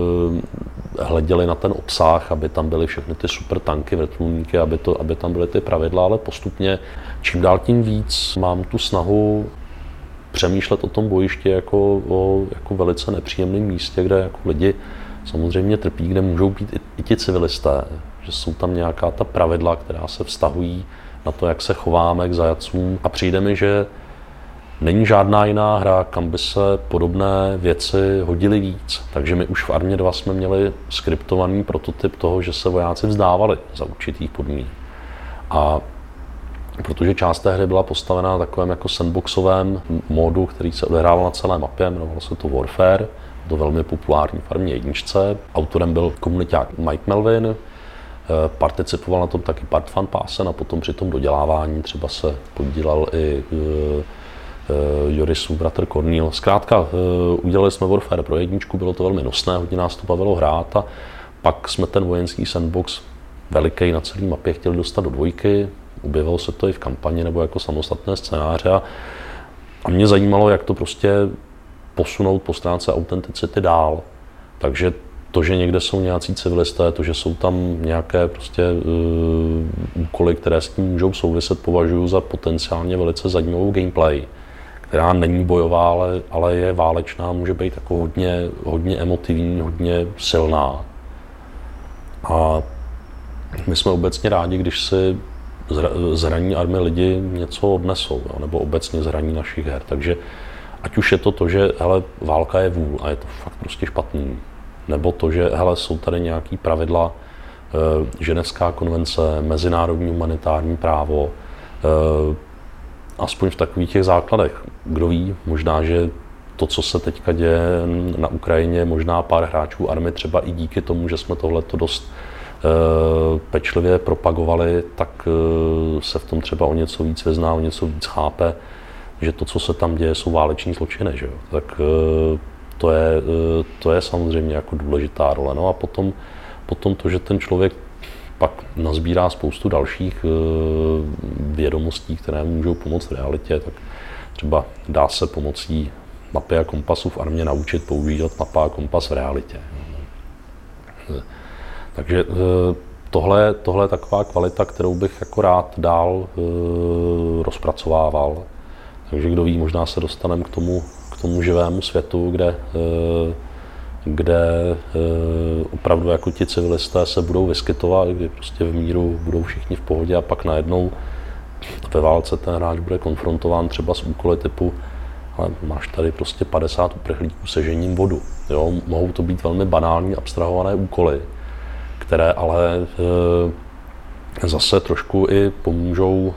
e, hleděli na ten obsah, aby tam byly všechny ty super tanky, vrtulníky, aby, to, aby tam byly ty pravidla, ale postupně čím dál tím víc mám tu snahu přemýšlet o tom bojišti jako o jako velice nepříjemném místě, kde jako lidi samozřejmě trpí, kde můžou být i, i ti civilisté, že jsou tam nějaká ta pravidla, která se vztahují na to, jak se chováme k zajatcům. A přijde mi, že není žádná jiná hra, kam by se podobné věci hodily víc. Takže my už v Armě dva jsme měli skriptovaný prototyp toho, že se vojáci vzdávali za určitých podmínek. A protože část té hry byla postavená na takovém jako sandboxovém módu, který se odehrával na celé mapě, jmenovalo se to Warfare, to velmi populární v Armě jedničce. Autorem byl komuniták Mike Melvin, participoval na tom taky Part Fan Passen a potom při tom dodělávání třeba se podílel i uh, uh, Jorisův bratr Cornel. Zkrátka, uh, udělali jsme Warfare pro jedničku, bylo to velmi nosné, hodně nás to bavilo hrát a pak jsme ten vojenský sandbox veliký na celé mapě chtěli dostat do dvojky, objevilo se to i v kampani nebo jako samostatné scénáře a, a mě zajímalo, jak to prostě posunout po stránce autenticity dál. Takže to, že někde jsou nějací civilisté, to, že jsou tam nějaké prostě uh, úkoly, které s tím můžou souviset, považuji za potenciálně velice zajímavou gameplay, která není bojová, ale, ale je válečná, může být jako hodně, hodně emotivní, hodně silná. A my jsme obecně rádi, když si zraní army lidi něco odnesou, jo, nebo obecně zraní našich her. Takže ať už je to to, že hele, válka je vůl a je to fakt prostě špatný, nebo to, že hele, jsou tady nějaký pravidla, e, Ženevská konvence, mezinárodní humanitární právo, e, aspoň v takových těch základech. Kdo ví, možná, že to, co se teďka děje na Ukrajině, možná pár hráčů army třeba i díky tomu, že jsme tohleto dost e, pečlivě propagovali, tak e, se v tom třeba o něco víc vyzná, o něco víc chápe, že to, co se tam děje, jsou váleční zločiny, že jo. Tak e, To je, to je samozřejmě jako důležitá role. No a potom, potom to, že ten člověk pak nazbírá spoustu dalších vědomostí, které mu můžou pomoct v realitě, tak třeba dá se pomocí mapy a kompasu v armě naučit používat mapa a kompas v realitě. Takže tohle, tohle je taková kvalita, kterou bych jako rád dál rozpracovával. Takže kdo ví, možná se dostaneme k tomu, k tomu živému světu, kde, kde opravdu jako ti civilisté se budou vyskytovat, kdy prostě v míru budou všichni v pohodě a pak najednou ve válce ten hráč bude konfrontován třeba s úkoly typu ale máš tady prostě padesát uprchlíků se žením vodu. Jo? Mohou to být velmi banální, abstrahované úkoly, které ale zase trošku i pomůžou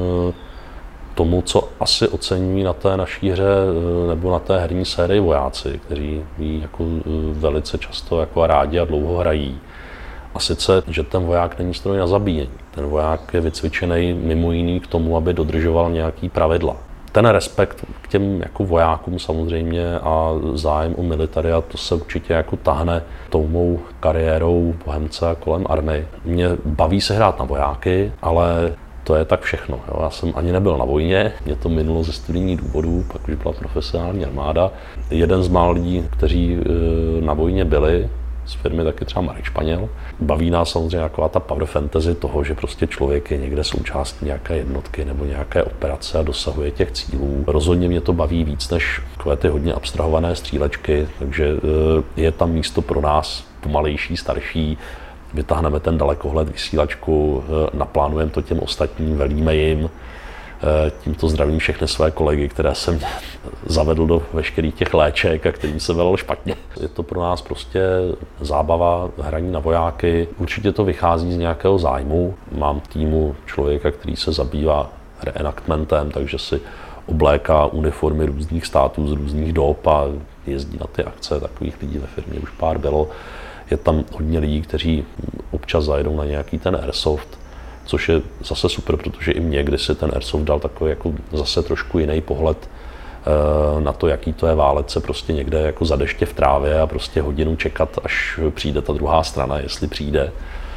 tomu, co asi ocení na té naší hře nebo na té herní sérii vojáci, kteří ji jako velice často jako a rádi a dlouho hrají. A sice, že ten voják není stroj na zabíjení. Ten voják je vycvičený mimo jiný k tomu, aby dodržoval nějaký pravidla. Ten respekt k těm jako vojákům samozřejmě a zájem o militaria, to se určitě jako tahne tou mou kariérou bohemce kolem army. Mě baví se hrát na vojáky, ale to je tak všechno. Jo. Já jsem ani nebyl na vojně, mě to minulo ze studijních důvodů, pak už byla profesionální armáda. Jeden z mála lidí, kteří na vojně byli, z firmy taky třeba Marek Španěl. Baví nás samozřejmě taková ta power fantasy toho, že prostě člověk je někde součástí nějaké jednotky nebo nějaké operace a dosahuje těch cílů. Rozhodně mě to baví víc než takové ty hodně abstrahované střílečky, takže je tam místo pro nás pomalejší, starší. Vytáhneme ten dalekohled, vysílačku, naplánujeme to těm ostatním, velíme jim. Tímto zdravím všechny své kolegy, které jsem zavedl do veškerých těch léček a kterým se velel špatně. Je to pro nás prostě zábava, hraní na vojáky. Určitě to vychází z nějakého zájmu. Mám v týmu člověka, který se zabývá reenactmentem, takže si obléká uniformy různých států z různých dob a jezdí na ty akce. Takových lidí ve firmě už pár bylo. Je tam hodně lidí, kteří občas zajedou na nějaký ten airsoft, což je zase super, protože i mě kdysi ten airsoft dal takový jako zase trošku jiný pohled na to, jaký to je válet se prostě někde jako za deště v trávě a prostě hodinu čekat, až přijde ta druhá strana, jestli přijde.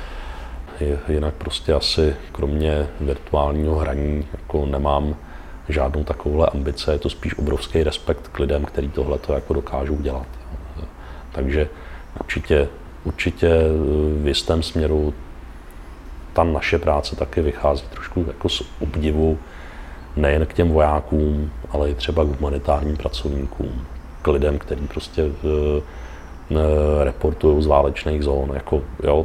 Jinak prostě asi kromě virtuálního hraní jako nemám žádnou takovouhle ambice, je to spíš obrovský respekt k lidem, kteří tohle to jako dokážou dělat. Takže určitě, určitě v jistém směru ta naše práce taky vychází trošku jako z obdivu nejen k těm vojákům, ale i třeba k humanitárním pracovníkům, k lidem, kteří prostě uh, uh, reportují z válečných zón. Jako, jo.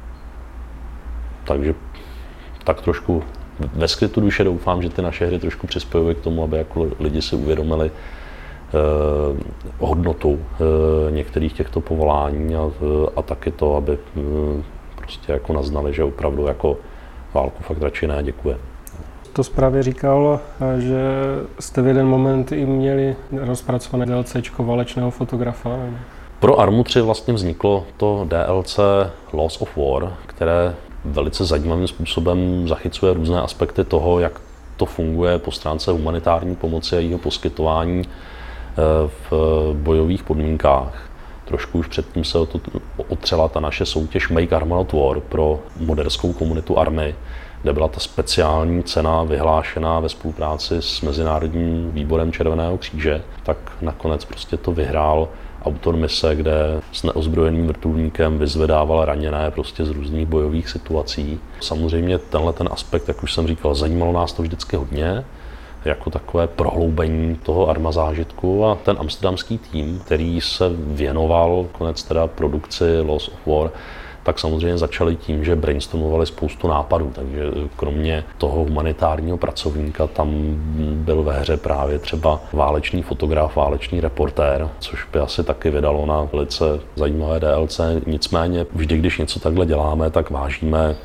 Takže tak trošku ve skrytu duše doufám, že ty naše hry trošku přispějují k tomu, aby jako lidi si uvědomili uh, hodnotu uh, některých těchto povolání a, uh, a taky to, aby uh, prostě jako naznali, že opravdu jako válku fakt radši ne, děkuje. To zprávě říkal, že jste v jeden moment i měli rozpracované DLCčko válečného fotografa. Pro Armu tři vlastně vzniklo to D L C Laws of War, které velice zajímavým způsobem zachycuje různé aspekty toho, jak to funguje po stránce humanitární pomoci a jejího poskytování v bojových podmínkách. Trošku už předtím se otřela ta naše soutěž Make Arma Not War pro moderskou komunitu Army, kde byla ta speciální cena vyhlášená ve spolupráci s Mezinárodním výborem Červeného kříže, tak nakonec prostě to vyhrál autor mise, kde s neozbrojeným vrtulníkem vyzvedával raněné prostě z různých bojových situací. Samozřejmě tenhle ten aspekt, jak už jsem říkal, zajímalo nás to vždycky hodně, jako takové prohloubení toho Arma zážitku a ten amsterdamský tým, který se věnoval konec teda produkci Laws of War, tak samozřejmě začali tím, že brainstormovali spoustu nápadů, takže kromě toho humanitárního pracovníka tam byl ve hře právě třeba válečný fotograf, válečný reportér, což by asi taky vydalo na velice zajímavé D L C. Nicméně vždy, když něco takhle děláme, tak vážíme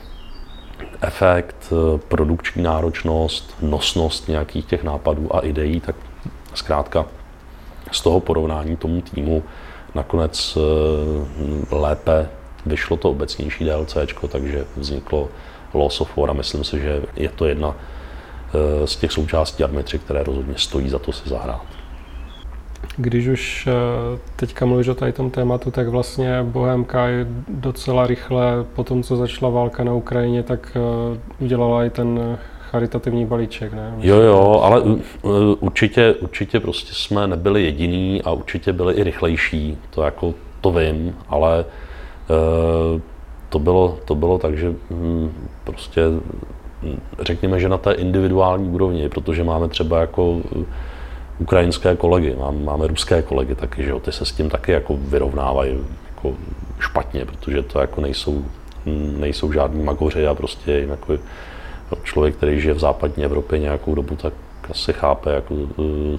efekt, produkční náročnost, nosnost nějakých těch nápadů a ideí, tak zkrátka z toho porovnání tomu týmu nakonec lépe vyšlo to obecnější DLCčko, takže vzniklo Laws of War a myslím si, že je to jedna z těch součástí Army tři, které rozhodně stojí za to si zahrát. Když už teďka mluvíš o tady tom tématu, tak vlastně Bohemka je docela rychle po tom, co začala válka na Ukrajině, tak udělala i ten charitativní balíček, ne? Jo, jo, ale určitě, určitě prostě jsme nebyli jediní a určitě byli i rychlejší, to jako to vím, ale to bylo, to bylo tak, že prostě řekněme, že na té individuální úrovni, protože máme třeba jako ukrajinské kolegy, máme ruské kolegy taky, že jo, ty se s tím taky jako vyrovnávají jako špatně, protože to jako nejsou, nejsou žádní magoři a prostě jako člověk, který žije v západní Evropě nějakou dobu, tak asi chápe jako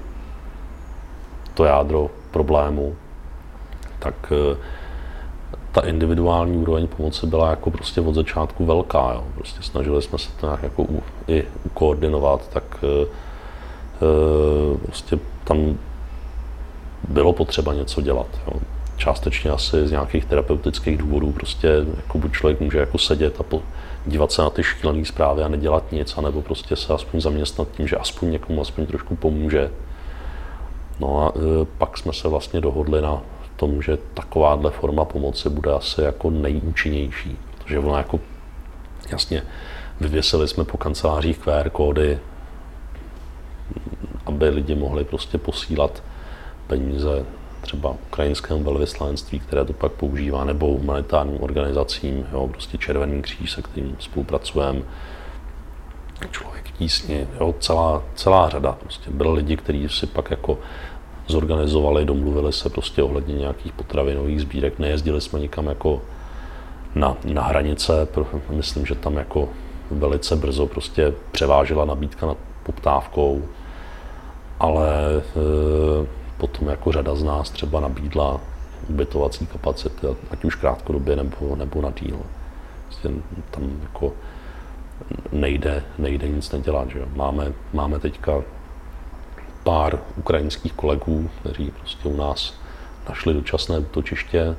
to jádro problému. Tak ta individuální úroveň pomoci byla jako prostě od začátku velká. Jo. Prostě snažili jsme se to nějak jako u, i ukoordinovat, tak e, prostě tam bylo potřeba něco dělat. Jo. Částečně asi z nějakých terapeutických důvodů prostě jako buď člověk může jako sedět a po, dívat se na ty šílené zprávy a nedělat nic, anebo prostě se aspoň zaměstnat tím, že aspoň někomu aspoň trošku pomůže. No a e, pak jsme se vlastně dohodli na tom, že takováhle forma pomoci bude asi jako nejúčinnější, protože ona jako jasně vyvěsili jsme po kancelářích Q R kódy, aby lidi mohli prostě posílat peníze třeba ukrajinskému velvyslanectví, které to pak používá, nebo humanitárním organizacím, jo, prostě Červený kříž, se kterým spolupracujeme, Člověk v tísni, jo, celá, celá řada. Prostě byli lidi, kteří si pak jako zorganizovali, domluvili se prostě ohledně nějakých potravinových sbírek, nejezdili jsme nikam jako na, na hranice, myslím, že tam jako velice brzo prostě převážela nabídka nad poptávkou, ale e, potom jako řada z nás třeba nabídla ubytovací kapacity, ať už krátkodobě nebo, nebo na díl. Prostě tam jako nejde, nejde nic nedělat. Že jo. Máme, máme teďka pár ukrajinských kolegů, kteří prostě u nás našli dočasné útočiště.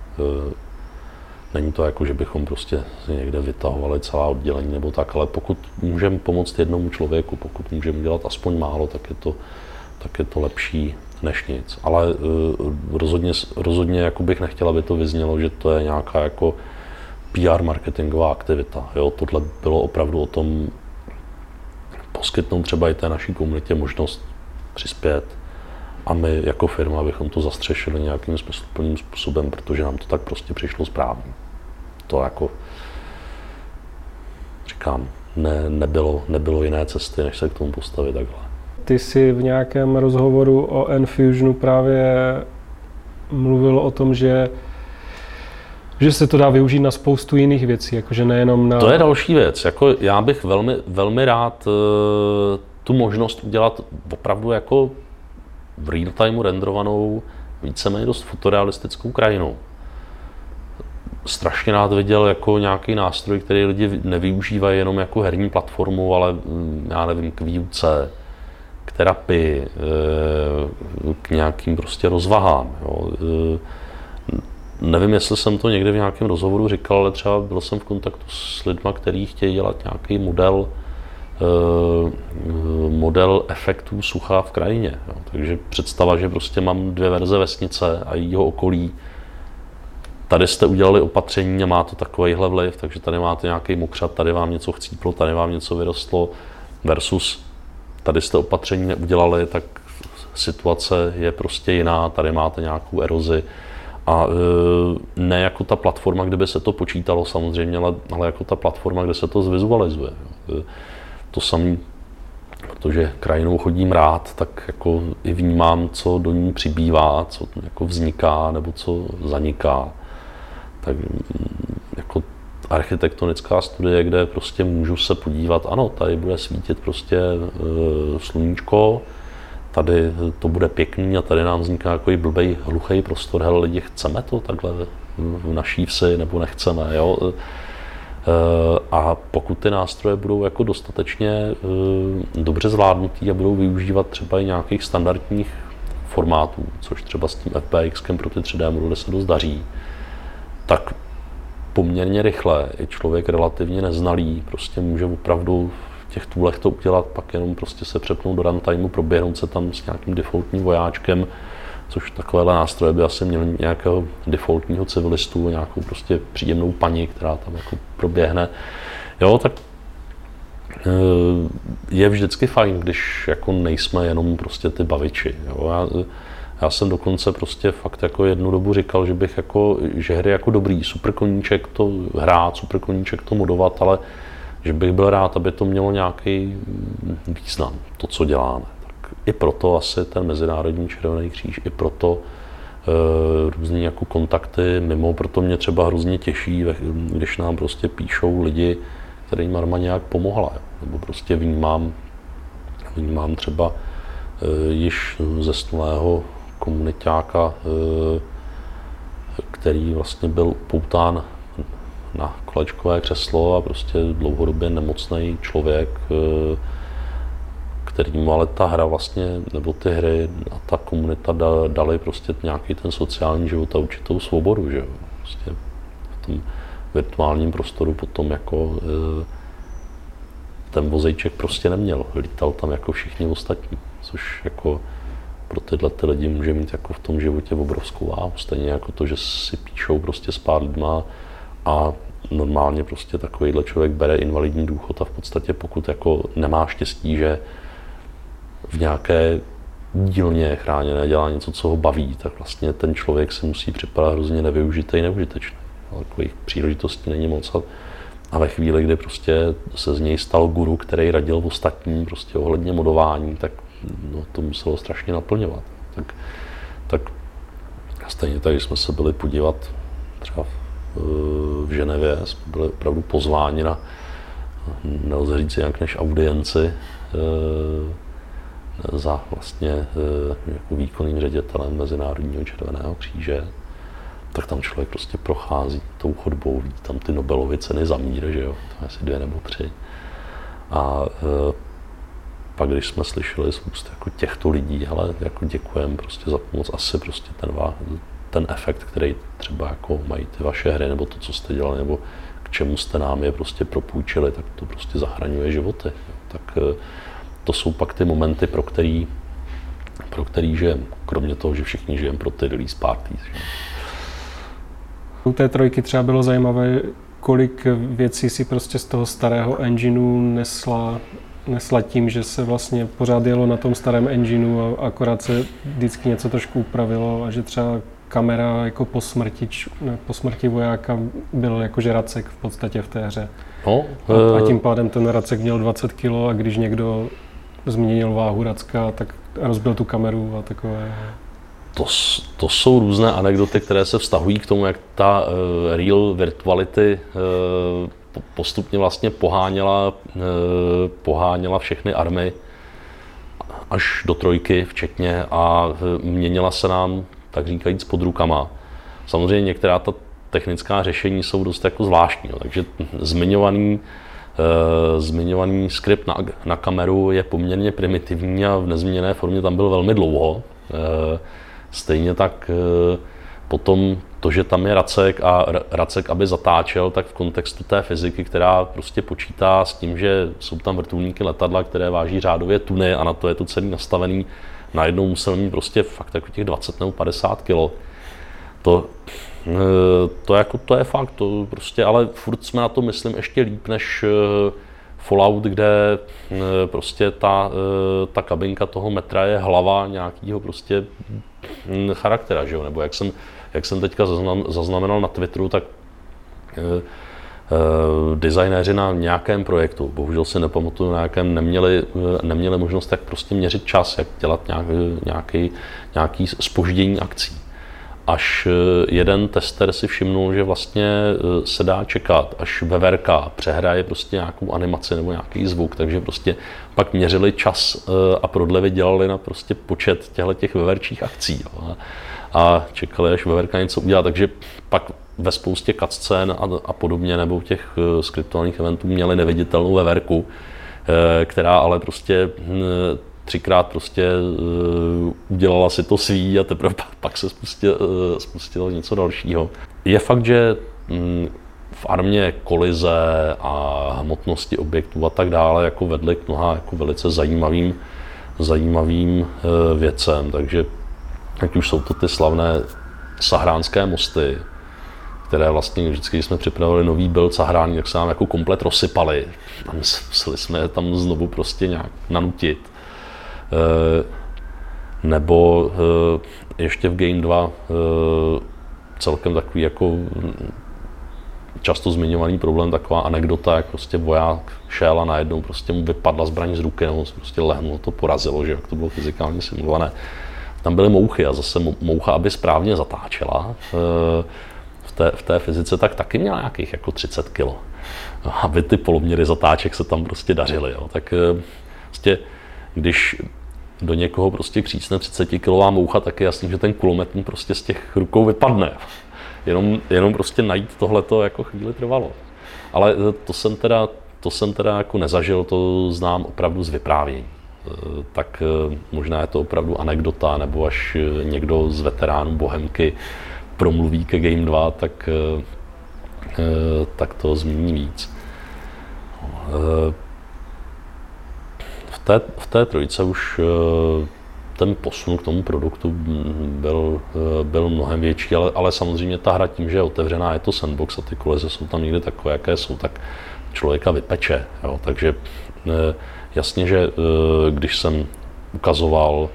Není to jako, že bychom prostě někde vytahovali celá oddělení nebo tak, ale pokud můžeme pomoct jednomu člověku, pokud můžeme dělat aspoň málo, tak je to, tak je to lepší než nic. Ale uh, rozhodně, rozhodně jako bych nechtěl, aby to vyznělo, že to je nějaká jako P R marketingová aktivita. Jo? Tohle bylo opravdu o tom poskytnout třeba i té naší komunitě možnost přispět a my jako firma bychom to zastřešili nějakým smysluplným způsobem, protože nám to tak prostě přišlo správně. To jako říkám, ne, nebylo, nebylo jiné cesty, než se k tomu postavit takhle. Ty jsi v nějakém rozhovoru o Enfusionu právě mluvil o tom, že že se to dá využít na spoustu jiných věcí, jakože nejenom na... To je další věc. Jako já bych velmi, velmi rád uh, tu možnost udělat opravdu jako v real timeu renderovanou víceméně dost fotorealistickou krajinu. Strašně rád viděl jako nějaký nástroj, který lidi nevyužívají jenom jako herní platformu, ale já nevím, k výuce, k terapii, k nějakým prostě rozvahám. Jo. Nevím, jestli jsem to někde v nějakém rozhovoru říkal, ale třeba byl jsem v kontaktu s lidmi, kteří chtějí dělat nějaký model model efektů sucha v krajině. Jo. Takže představa, že prostě mám dvě verze vesnice a jejího okolí. Tady jste udělali opatření a má to takovýhle vliv, takže tady máte nějaký mokřad, tady vám něco chcíplo, tady vám něco vyrostlo, versus tady jste opatření neudělali, tak situace je prostě jiná, tady máte nějakou erozi. A ne jako ta platforma, kde by se to počítalo samozřejmě, ale, ale jako ta platforma, kde se to zvizualizuje. To samé, protože krajinou chodím rád, tak jako i vnímám, co do ní přibývá, co jako vzniká nebo co zaniká. Tak jako architektonická studie, kde prostě můžu se podívat, ano, tady bude svítit prostě e, sluníčko, tady to bude pěkný a tady nám vzniká takový blbej, hluchý prostor, hele lidi, chceme to takhle v naší vsi nebo nechceme, jo? A pokud ty nástroje budou jako dostatečně dobře zvládnutý a budou využívat třeba i nějakých standardních formátů, což třeba s tím F B X kem pro ty tři dé moduly se dost daří, tak poměrně rychle i člověk relativně neznalý prostě může opravdu v těch toolech to udělat, pak jenom prostě se přepnout do runtimeu, proběhnout se tam s nějakým defaultním vojáčkem, což takovéhle nástroje by asi měl nějakého defaultního civilistu, nějakou prostě příjemnou paní, která tam jako proběhne. Jo, tak je vždycky fajn, když jako nejsme jenom prostě ty baviči. Jo. Já, já jsem dokonce prostě fakt jako jednu dobu říkal, že bych jako, že hry jako dobrý, super koníček to hrát, super koníček to modovat, ale že bych byl rád, aby to mělo nějaký význam, to, co děláme. Tak i proto asi ten Mezinárodní Červený kříž, i proto e, různý jako kontakty mimo, proto mě třeba hrozně těší, když nám prostě píšou lidi, kterým Arma nějak pomohla. Jo. Nebo prostě vnímám, vnímám třeba e, již zesnulého komunitáka e, který vlastně byl upoután na kolečkové křeslo a prostě dlouhodobě nemocný člověk, kterýmu ale ta hra vlastně, nebo ty hry a ta komunita dali prostě nějaký ten sociální život a určitou svobodu, že jo. Prostě v tom virtuálním prostoru potom jako ten vozejček prostě neměl, lítal tam jako všichni ostatní, což jako pro tyhle ty lidi může mít jako v tom životě obrovskou váhu, stejně jako to, že si píšou prostě s pár lidma a normálně prostě takovýhle člověk bere invalidní důchod a v podstatě pokud jako nemá štěstí, že v nějaké dílně chráněné dělá něco, co ho baví, tak vlastně ten člověk si musí připadat hrozně nevyužitý, neužitečný. Takových příležitostí není moc. A ve chvíli, kdy prostě se z něj stal guru, který radil ostatním prostě ohledně modování, tak no, to muselo strašně naplňovat. Tak, tak stejně tak, když jsme se byli podívat třeba v, v Ženevě, jsme byli opravdu pozváni na, nelze říct jinak než audienci, za vlastně jako výkonným ředitelem Mezinárodního červeného kříže, tak tam člověk prostě prochází tou chodbou, vidí tam ty Nobelovy ceny za mír, že jo, to je asi dvě nebo tři. A e, pak, když jsme slyšeli z úst jako těchto lidí, ale jako děkujeme prostě za pomoc, asi prostě ten, ten efekt, který třeba jako mají ty vaše hry, nebo to, co jste dělali, nebo k čemu jste nám je prostě propůjčili, tak to prostě zachraňuje životy. Tak e, to jsou pak ty momenty, pro který, pro který žijeme, kromě toho, že všichni žijeme pro ty release parties. Že? U té trojky třeba bylo zajímavé, kolik věcí si prostě z toho starého engineu nesla, nesla tím, že se vlastně pořád jelo na tom starém engineu a akorát se vždycky něco trošku upravilo a že třeba kamera jako po smrti, ne, po smrti vojáka byl jakože Racek v podstatě v té hře. No, a, a tím pádem ten Racek měl dvacet kilo a když někdo změnil váhu Racka, tak rozbil tu kameru a takové. To, to jsou různé anekdoty, které se vztahují k tomu, jak ta uh, real virtuality uh, postupně vlastně poháněla, uh, poháněla všechny army až do trojky včetně a uh, měnila se nám, tak říkajíc, pod rukama. Samozřejmě některá ta technická řešení jsou dost jako zvláštní, no, takže zmiňovaný, uh, zmiňovaný skript na, na kameru je poměrně primitivní a v nezměněné formě tam byl velmi dlouho. Uh, Stejně tak potom to, že tam je Racek a Racek, aby zatáčel, tak v kontextu té fyziky, která prostě počítá s tím, že jsou tam vrtulníky letadla, které váží řádově tuny a na to je to celý nastavený, najednou musel mít prostě fakt jako těch dvacet nebo padesát kilo. To, to, jako, to je fakt, to prostě, ale furt jsme na to, myslím, ještě líp než Fallout, kde prostě ta, ta kabinka toho metra je hlava nějakého prostě charaktera, že jo? Nebo jak jsem, jak jsem teďka zaznam, zaznamenal na Twitteru, tak eh, eh, designéři na nějakém projektu, bohužel si nepamatuju na jakém, neměli, neměli možnost jak prostě měřit čas, jak dělat nějak, nějaký, nějaký zpoždění akcí. Až jeden tester si všimnul, že vlastně se dá čekat, až veverka přehraje prostě nějakou animaci nebo nějaký zvuk, takže prostě pak měřili čas a prodlevy dělali na prostě počet těchto veverčích akcí. Jo. A čekali, až veverka něco udělá, takže pak ve spoustě cutscén a, a podobně, nebo těch skriptovaných eventů měli neviditelnou veverku, která ale prostě třikrát prostě uh, udělala si to svý a teprve pak se spustil, uh, spustilo něco dalšího. Je fakt, že um, v armě kolize a hmotnosti objektů a tak dále jako vedly k mnoha jako velice zajímavým, zajímavým uh, věcem, takže ať už jsou to ty slavné sahránské mosty, které vlastně vždycky, když jsme připravili nový build sahrání, tak se nám jako komplet rozsypaly. Tam museli jsme tam znovu prostě nějak nanutit. Nebo ještě v Game dva celkem takový jako často zmiňovaný problém, taková anekdota, jak prostě voják šel a najednou prostě mu vypadla zbraň z ruky, nebo se prostě lehnulo, to porazilo, že jak to bylo fyzikálně simulované. Tam byly mouchy a zase moucha, aby správně zatáčela v té, v té fyzice, tak taky měla nějakých jako třicet kilo. Aby ty poloměry zatáček se tam prostě dařily. Jo. Tak prostě když do někoho prostě křísne třicetikilová moucha, tak je jasný, že ten kulomet mu prostě z těch rukou vypadne. jenom, jenom prostě najít tohleto jako chvíli trvalo. Ale to jsem teda, to jsem teda jako nezažil, to znám opravdu z vyprávění. Tak možná je to opravdu anekdota, nebo až někdo z veteránů Bohemky promluví ke Game dva, tak, tak to zmíní víc. V té, v té trojice už ten posun k tomu produktu byl, byl mnohem větší, ale, ale samozřejmě ta hra tím, že je otevřená, je to sandbox a ty koleze jsou tam někdy takové, jaké jsou, tak člověka vypeče. Jo. Takže jasně, že když jsem ukazoval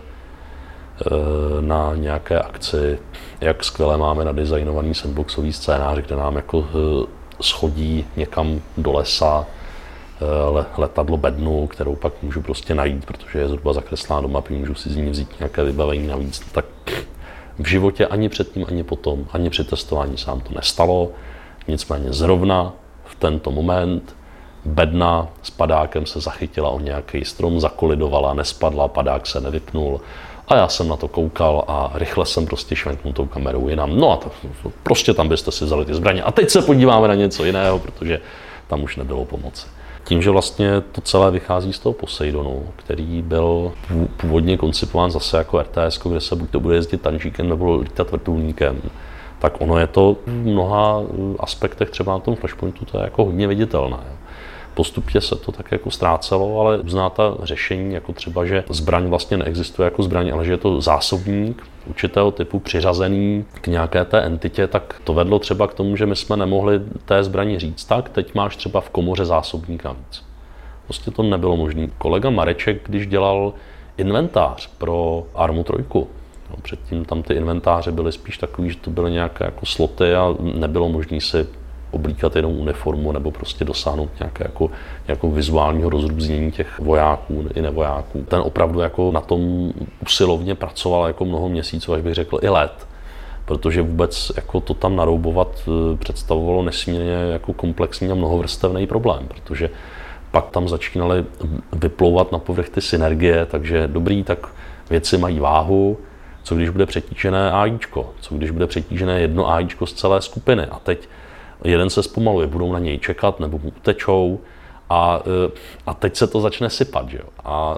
na nějaké akci, jak skvěle máme nadizajnovaný sandboxový scénář, kde nám jako schodí někam do lesa letadlo bednu, kterou pak můžu prostě najít, protože je zhruba zakreslená do mapy, můžu si z ní vzít nějaké vybavení navíc. Tak v životě ani předtím, ani potom, ani při testování se nám to nestalo. Nicméně zrovna v tento moment bedna s padákem se zachytila o nějaký strom, zakolidovala, nespadla, padák se nevypnul. A já jsem na to koukal a rychle jsem prostě švenknul tou kamerou jinam. No a to, prostě tam byste si vzali ty zbraně. A teď se podíváme na něco jiného, protože tam už nebylo pomoci. Tím, že vlastně to celé vychází z toho Poseidonu, který byl původně koncipován zase jako R T S, kde se buď to bude jezdit tančíkem nebo lítat vrtulníkem, tak ono je to v mnoha aspektech, třeba na tom Flashpointu, to je jako hodně viditelné. Postupně se to tak jako ztrácelo, ale uzná ta řešení, jako třeba, že zbraň vlastně neexistuje jako zbraň, ale že je to zásobník určitého typu přiřazený k nějaké té entitě, tak to vedlo třeba k tomu, že my jsme nemohli té zbrani říct, tak teď máš třeba v komoře zásobník navíc. Prostě to nebylo možné. Kolega Mareček, když dělal inventář pro Armu tři, no, předtím tam ty inventáře byly spíš takový, že to byly nějaké jako sloty a nebylo možné si oblíkat jenom uniformu nebo prostě dosáhnout nějaké jako, nějakou vizuálního rozrůznění těch vojáků i nevojáků. Ten opravdu jako na tom usilovně pracoval jako mnoho měsíců, až bych řekl i let, protože vůbec jako to tam naroubovat představovalo nesmírně jako komplexní a mnohovrstevný problém, protože pak tam začínaly vyplouvat na povrch ty synergie, takže dobrý, tak věci mají váhu, co když bude přetížené AIčko, co když bude přetížené jedno AIčko z celé skupiny a teď jeden se zpomaluje, budou na něj čekat nebo mu utečou a, a teď se to začne sypat. Že jo? A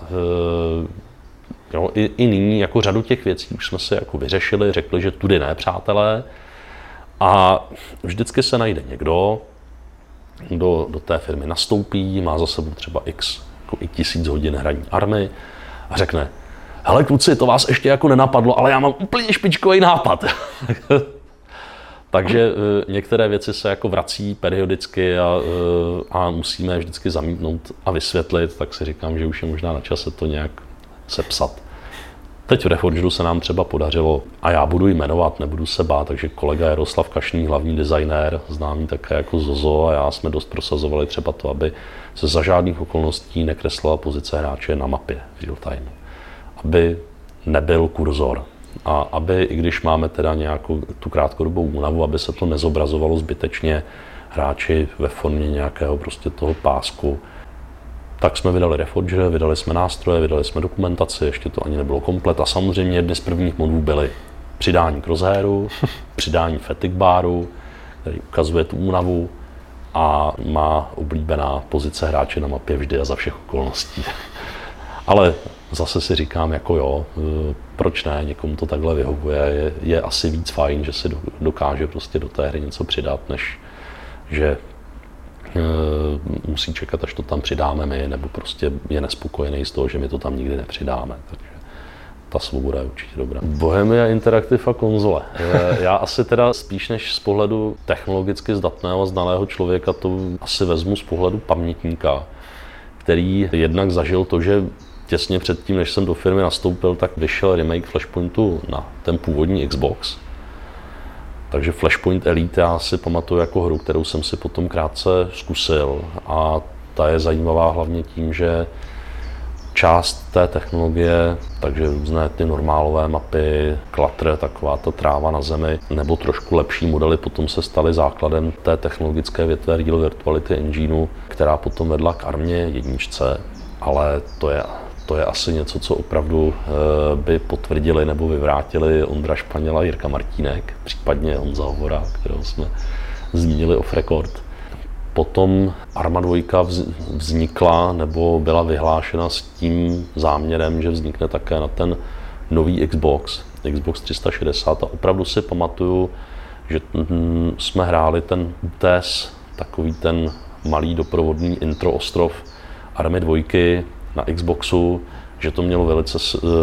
jo, i, i nyní jako řadu těch věcí už jsme si jako vyřešili, řekli, že tudy ne, přátelé. A vždycky se najde někdo, kdo do té firmy nastoupí, má za sebou třeba x, jako i tisíc hodin hraní army a řekne, hele kluci, to vás ještě jako nenapadlo, ale já mám úplně špičkový nápad. Takže některé věci se jako vrací periodicky a, a musíme je vždycky zamítnout a vysvětlit, tak si říkám, že už je možná na čase to nějak sepsat. Teď v Reforgeu se nám třeba podařilo, a já budu jmenovat, nebudu se bát, takže kolega Jaroslav Kašný, hlavní designér, známý také jako Zozo, a já jsme dost prosazovali třeba to, aby se za žádných okolností nekreslila pozice hráče na mapě v real time. Aby nebyl kurzor. A aby, i když máme teda nějakou tu krátkodobou únavu, aby se to nezobrazovalo zbytečně hráči ve formě nějakého prostě toho pásku, tak jsme vydali Reforge, vydali jsme nástroje, vydali jsme dokumentaci, ještě to ani nebylo komplet. A samozřejmě jedny z prvních modů byly přidání crosshairu, přidání fatigue baru, který ukazuje tu únavu a má oblíbená pozice hráče na mapě vždy a za všech okolností. Ale zase si říkám, jako jo, proč ne, někomu to takhle vyhovuje, je, je asi víc fajn, že si dokáže prostě do té hry něco přidat, než že e, musí čekat, až to tam přidáme my, nebo prostě je nespokojený z toho, že my to tam nikdy nepřidáme. Takže ta svoboda je určitě dobrá. Bohemia Interactive a konzole. Já asi teda spíš než z pohledu technologicky zdatného a znalého člověka to asi vezmu z pohledu pamětníka, který jednak zažil to, že těsně předtím, než jsem do firmy nastoupil, tak vyšel remake Flashpointu na ten původní Xbox. Takže Flashpoint Elite já si pamatuju jako hru, kterou jsem si potom krátce zkusil. A ta je zajímavá hlavně tím, že část té technologie, takže různé ty normálové mapy, klatr, taková ta tráva na zemi, nebo trošku lepší modely potom se staly základem té technologické větve Real Virtuality Engineu, která potom vedla k Armě jedničce, ale to je to je asi něco, co opravdu by potvrdili nebo vyvrátili Ondra Španěl a Jirka Martínek, případně Honza Hovora, kterého jsme zmínili off record. Potom Arma dva vznikla nebo byla vyhlášena s tím záměrem, že vznikne také na ten nový Xbox, Xbox tři sta šedesát, a opravdu si pamatuju, že jsme hráli ten U T S, takový ten malý doprovodný intro ostrov Army dva na Xboxu, že to mělo velice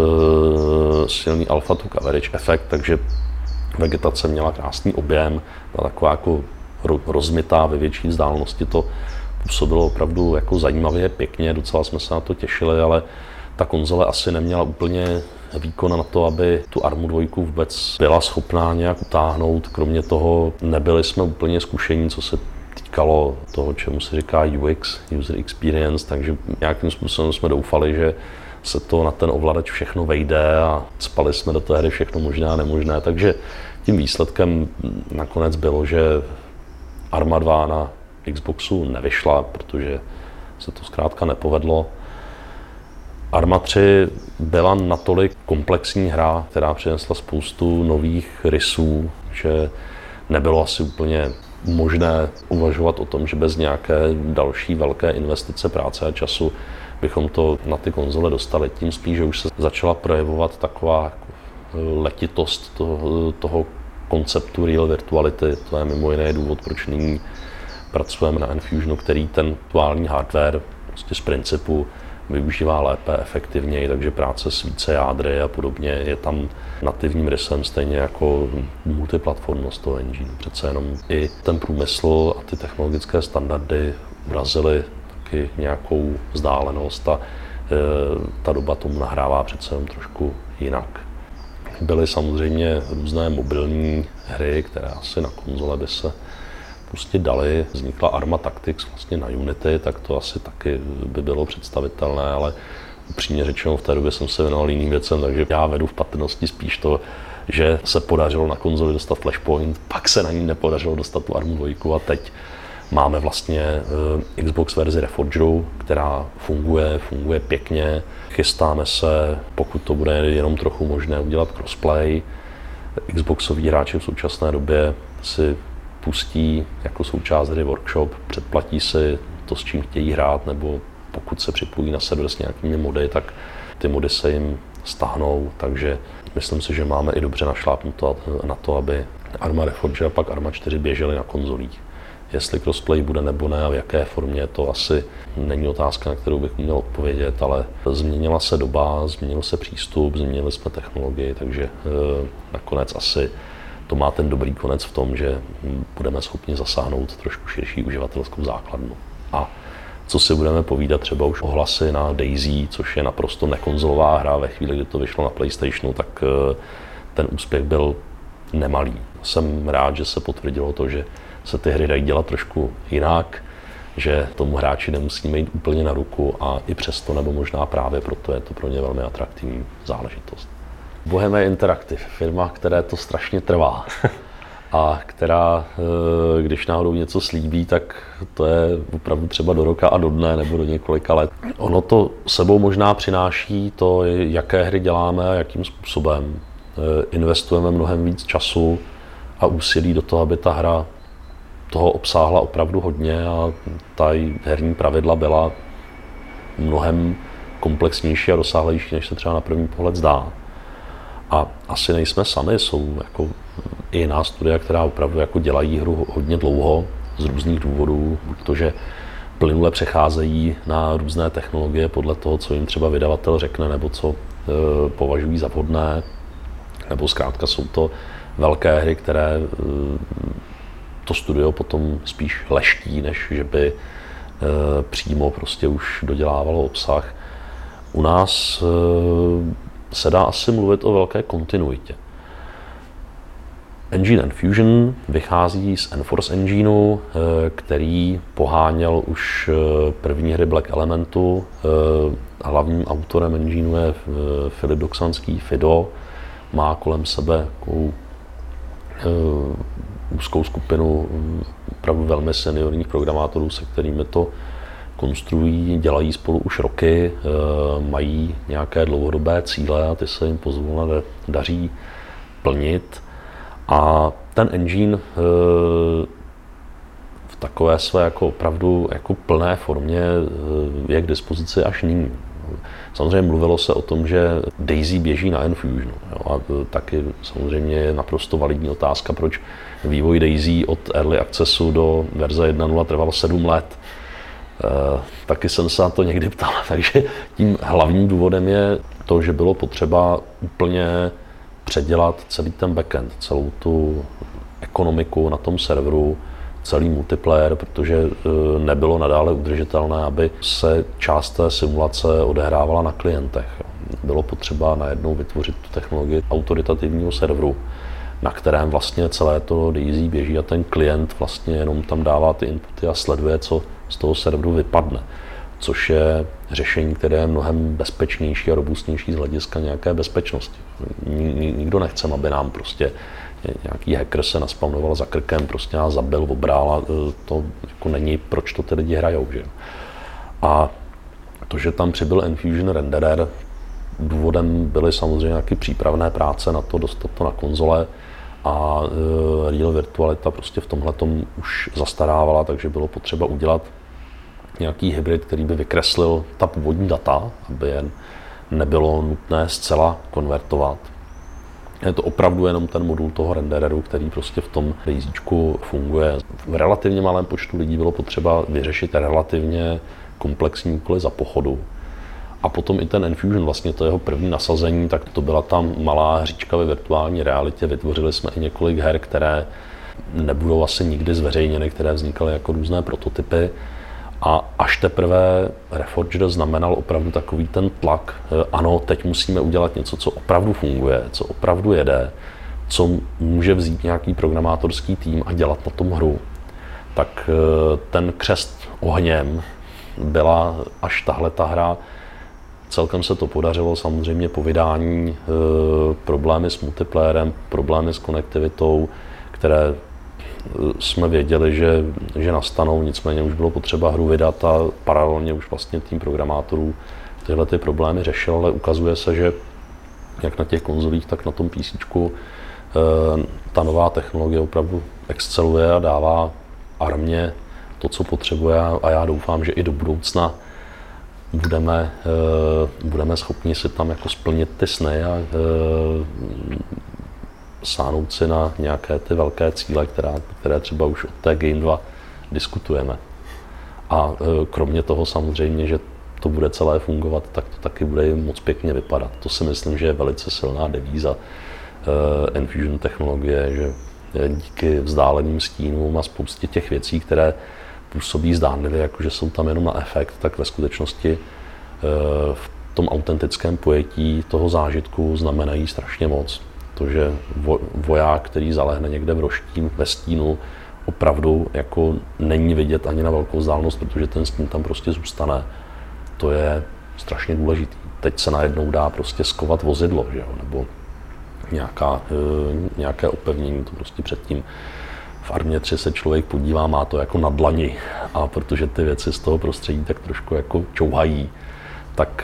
silný alpha to coverage efekt, takže vegetace měla krásný objem, byla taková jako rozmytá ve větší vzdálenosti, to působilo opravdu jako zajímavě, pěkně, docela jsme se na to těšili, ale ta konzole asi neměla úplně výkon na to, aby tu Armu dva vůbec byla schopná nějak utáhnout. Kromě toho nebyli jsme úplně zkušení, co se týkalo toho, čemu se říká U X, User Experience, takže nějakým způsobem jsme doufali, že se to na ten ovladač všechno vejde a spali jsme do té hry všechno možné a nemožné, takže tím výsledkem nakonec bylo, že Arma dva na Xboxu nevyšla, protože se to zkrátka nepovedlo. Arma tři byla natolik komplexní hra, která přinesla spoustu nových rysů, že nebylo asi úplně možné uvažovat o tom, že bez nějaké další velké investice práce a času bychom to na ty konzole dostali. Tím spíš, že už se začala projevovat taková letitost toho, toho konceptu real virtuality. To je mimo jiné důvod, proč nyní pracujeme na Enfusionu, který ten aktuální hardware prostě z principu využívá lépe, efektivněji, takže práce s více jádry a podobně je tam nativním rysem, stejně jako multiplatformnost toho engineu. Přece jenom i ten průmysl a ty technologické standardy urazily taky nějakou vzdálenost a e, ta doba tomu nahrává přece jenom trošku jinak. Byly samozřejmě různé mobilní hry, které asi na konzole by se prostě dali. Vznikla Arma Tactics vlastně na Unity, tak to asi taky by bylo představitelné, ale upřímně řečeno v té době jsem se věnoval jiným věcem, takže já vedu v patrnosti spíš to, že se podařilo na konzoli dostat Flashpoint, pak se na ní nepodařilo dostat tu Armu dva a teď máme vlastně Xbox verzi Reforgedu, která funguje, funguje pěkně. Chystáme se, pokud to bude jenom trochu možné, udělat crossplay. Xboxoví hráči v současné době si pustí jako součást hry workshop, předplatí si to, s čím chtějí hrát, nebo pokud se připojí na server s nějakými mody, tak ty mody se jim stáhnou, takže myslím si, že máme i dobře našlápnuto na to, aby Arma Reforged a pak Arma čtyři běžely na konzolích. Jestli crossplay bude nebo ne a v jaké formě, to asi není otázka, na kterou bych měl odpovědět, ale změnila se doba, změnil se přístup, změnili jsme technologii, takže e, nakonec asi to má ten dobrý konec v tom, že budeme schopni zasáhnout trošku širší uživatelskou základnu. A co si budeme povídat, třeba už ohlasy na Daisy, což je naprosto nekonzolová hra, ve chvíli, kdy to vyšlo na PlayStationu, tak ten úspěch byl nemalý. Jsem rád, že se potvrdilo to, že se ty hry dají dělat trošku jinak, že tomu hráči nemusíme jít úplně na ruku a i přesto, nebo možná právě proto je to pro ně velmi atraktivní záležitost. Bohemia Interactive, firma, které to strašně trvá a která, když náhodou něco slíbí, tak to je opravdu třeba do roka a do dne nebo do několika let. Ono to sebou možná přináší to, jaké hry děláme a jakým způsobem. Investujeme mnohem víc času a úsilí do toho, aby ta hra toho obsáhla opravdu hodně a ta herní pravidla byla mnohem komplexnější a rozsáhlejší, než se třeba na první pohled zdá. A asi nejsme sami, jsou jako i jiná studia, která opravdu jako dělají hru hodně dlouho z různých důvodů, buď to, že plynule přecházejí na různé technologie podle toho, co jim třeba vydavatel řekne, nebo co e, považují za vhodné, nebo zkrátka jsou to velké hry, které e, to studio potom spíš leští, než že by e, přímo prostě už dodělávalo obsah. U nás e, se dá asi mluvit o velké kontinuitě. Engine Enfusion vychází z Enforce Engineu, který poháněl už první hry Black Elementu. Hlavním autorem engineu je Filip Doksanský, Fido. Má kolem sebe takovou úzkou skupinu opravdu velmi seniorních programátorů, se kterými to konstruují, dělají spolu už roky, mají nějaké dlouhodobé cíle a ty se jim pozvolna daří plnit. A ten engine v takové své jako opravdu jako plné formě je k dispozici až nyní. Samozřejmě mluvilo se o tom, že Daisy běží na Enfusionu. Jo, a taky samozřejmě je naprosto validní otázka, proč vývoj Daisy od Early Accessu do verze jedna tečka nula trval sedm let. E, taky jsem se na to někdy ptal. Takže tím hlavním důvodem je to, že bylo potřeba úplně předělat celý ten backend, celou tu ekonomiku na tom serveru, celý multiplayer, protože nebylo nadále udržitelné, aby se část té simulace odehrávala na klientech. Bylo potřeba najednou vytvořit tu technologii autoritativního serveru, na kterém vlastně celé to Daisy běží a ten klient vlastně jenom tam dává ty inputy a sleduje, co z toho serveru vypadne. Což je řešení, které je mnohem bezpečnější a robustnější z hlediska nějaké bezpečnosti. Nikdo nechce, aby nám prostě nějaký hacker se naspawnoval za krkem, prostě nás zabil, obral a to jako není, proč to ty lidi hrajou. Že? A to, že tam přibyl Enfusion renderer, důvodem byly samozřejmě nějaké přípravné práce na to, dostat to na konzole a Real virtualita prostě v tomhletom už zastarávala, takže bylo potřeba udělat nějaký hybrid, který by vykreslil ta původní data, aby je nebylo nutné zcela konvertovat. Je to opravdu jenom ten modul toho rendereru, který prostě v tom Daisyčku funguje. V relativně malém počtu lidí bylo potřeba vyřešit relativně komplexní úkoly za pochodu. A potom i ten Enfusion, vlastně to jeho první nasazení, tak to byla tam malá hříčka ve virtuální realitě. Vytvořili jsme i několik her, které nebudou asi nikdy zveřejněny, které vznikaly jako různé prototypy. A až teprve Reforged znamenal opravdu takový ten tlak, ano, teď musíme udělat něco, co opravdu funguje, co opravdu jede, co může vzít nějaký programátorský tým a dělat na tom hru. Tak ten křest ohněm byla až tahle ta hra. Celkem se to podařilo, samozřejmě po vydání problémy s multiplayerem, problémy s konektivitou, které jsme věděli, že, že nastanou, nicméně už bylo potřeba hru vydat a paralelně už vlastně tým programátorů tyhle ty problémy řešil, ale ukazuje se, že jak na těch konzolích, tak na tom PCčku ta nová technologie opravdu exceluje a dává armě to, co potřebuje a já doufám, že i do budoucna budeme, budeme schopni si tam jako splnit ty sny a sáhnout si na nějaké ty velké cíle, která, které třeba už od té Game dva diskutujeme. A kromě toho samozřejmě, že to bude celé fungovat, tak to taky bude moc pěkně vypadat. To si myslím, že je velice silná devíza Enfusion technologie, že díky vzdáleným stínům a spoustě těch věcí, které působí zdánlivě, jakože jsou tam jenom na efekt, tak ve skutečnosti v tom autentickém pojetí toho zážitku znamenají strašně moc. To, že voják, který zalehne někde v roštím, ve stínu, opravdu jako není vidět ani na velkou vzdálenost, protože ten stín tam prostě zůstane. To je strašně důležitý. Teď se najednou dá prostě skovat vozidlo, že jo? Nebo nějaká, nějaké opevnění, to prostě předtím v Armě tři se člověk podívá, má to jako na dlani a protože ty věci z toho prostředí tak trošku jako čouhají, tak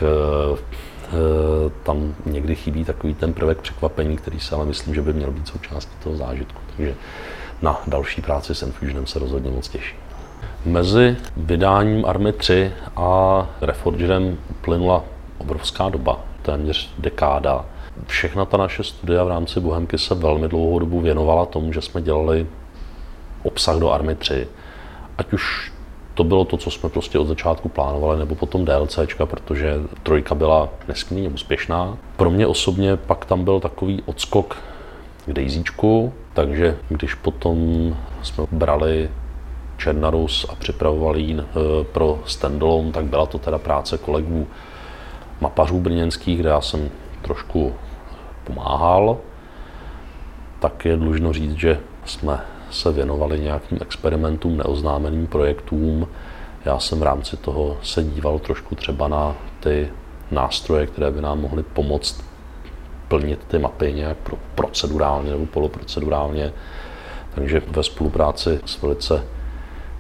tam někdy chybí takový ten prvek překvapení, který se ale myslím, že by měl být součástí toho zážitku. Takže na další práci s Enfusionem se rozhodně moc těší. Mezi vydáním Army tři a Reforgedem uplynula obrovská doba, téměř dekáda. Všechna ta naše studia v rámci Bohemky se velmi dlouhou dobu věnovala tomu, že jsme dělali obsah do Army tři. Ať už to bylo to, co jsme prostě od začátku plánovali, nebo potom DLCčka, protože trojka byla nesmírně úspěšná. Pro mě osobně pak tam byl takový odskok k Daisyčku, takže když potom jsme brali Černarus a připravovali ji pro standalone, tak byla to teda práce kolegů mapařů brněnských, kde já jsem trošku pomáhal. Tak je dlužno říct, že jsme se věnovali nějakým experimentům, neoznámeným projektům. Já jsem v rámci toho se díval trošku třeba na ty nástroje, které by nám mohly pomoct plnit ty mapy nějak procedurálně nebo poloprocedurálně. Takže ve spolupráci s velice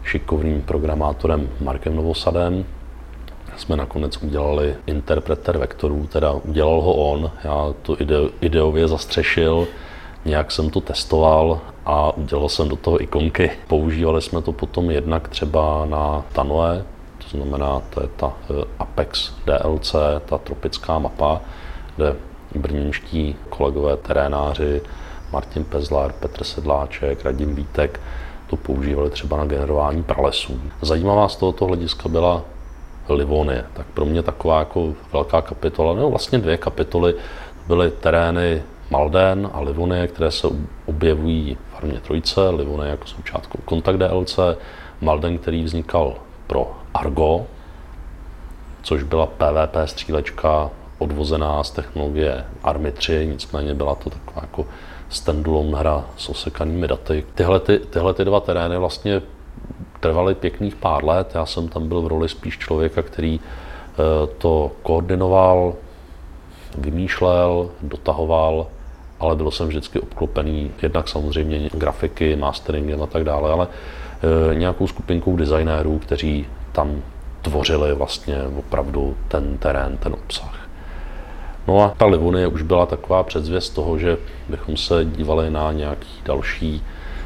šikovným programátorem Markem Novosadem jsme nakonec udělali interpreter vektorů, teda udělal ho on, já to ide, ideově zastřešil, nějak jsem to testoval a udělal jsem do toho ikonky. Používali jsme to potom jednak třeba na Tanoe, to znamená, to je ta Apex D L C, ta tropická mapa, kde brněnští kolegové terénáři Martin Pezlar, Petr Sedláček, Radim Vítek to používali třeba na generování pralesů. Zajímavá z tohoto hlediska byla Livonie, tak pro mě taková jako velká kapitola, nebo vlastně dvě kapitoly, byly terény Malden a Livonie, které se objevují v Armě trojce, Livonie jako součátku Kontakt D L C, Malden, který vznikal pro Argo, což byla P V P střílečka odvozená z technologie Army tři, nicméně byla to taková jako standalone hra s osekanými daty. Tyhle, ty, tyhle ty dva terény vlastně trvaly pěkných pár let, já jsem tam byl v roli spíš člověka, který to koordinoval, vymýšlel, dotahoval, ale byl jsem vždycky obklopený jednak samozřejmě grafiky, masteringem a tak dále, ale nějakou skupinkou designérů, kteří tam tvořili vlastně opravdu ten terén, ten obsah. No a ta Livonie už byla taková předzvěst toho, že bychom se dívali na nějaký další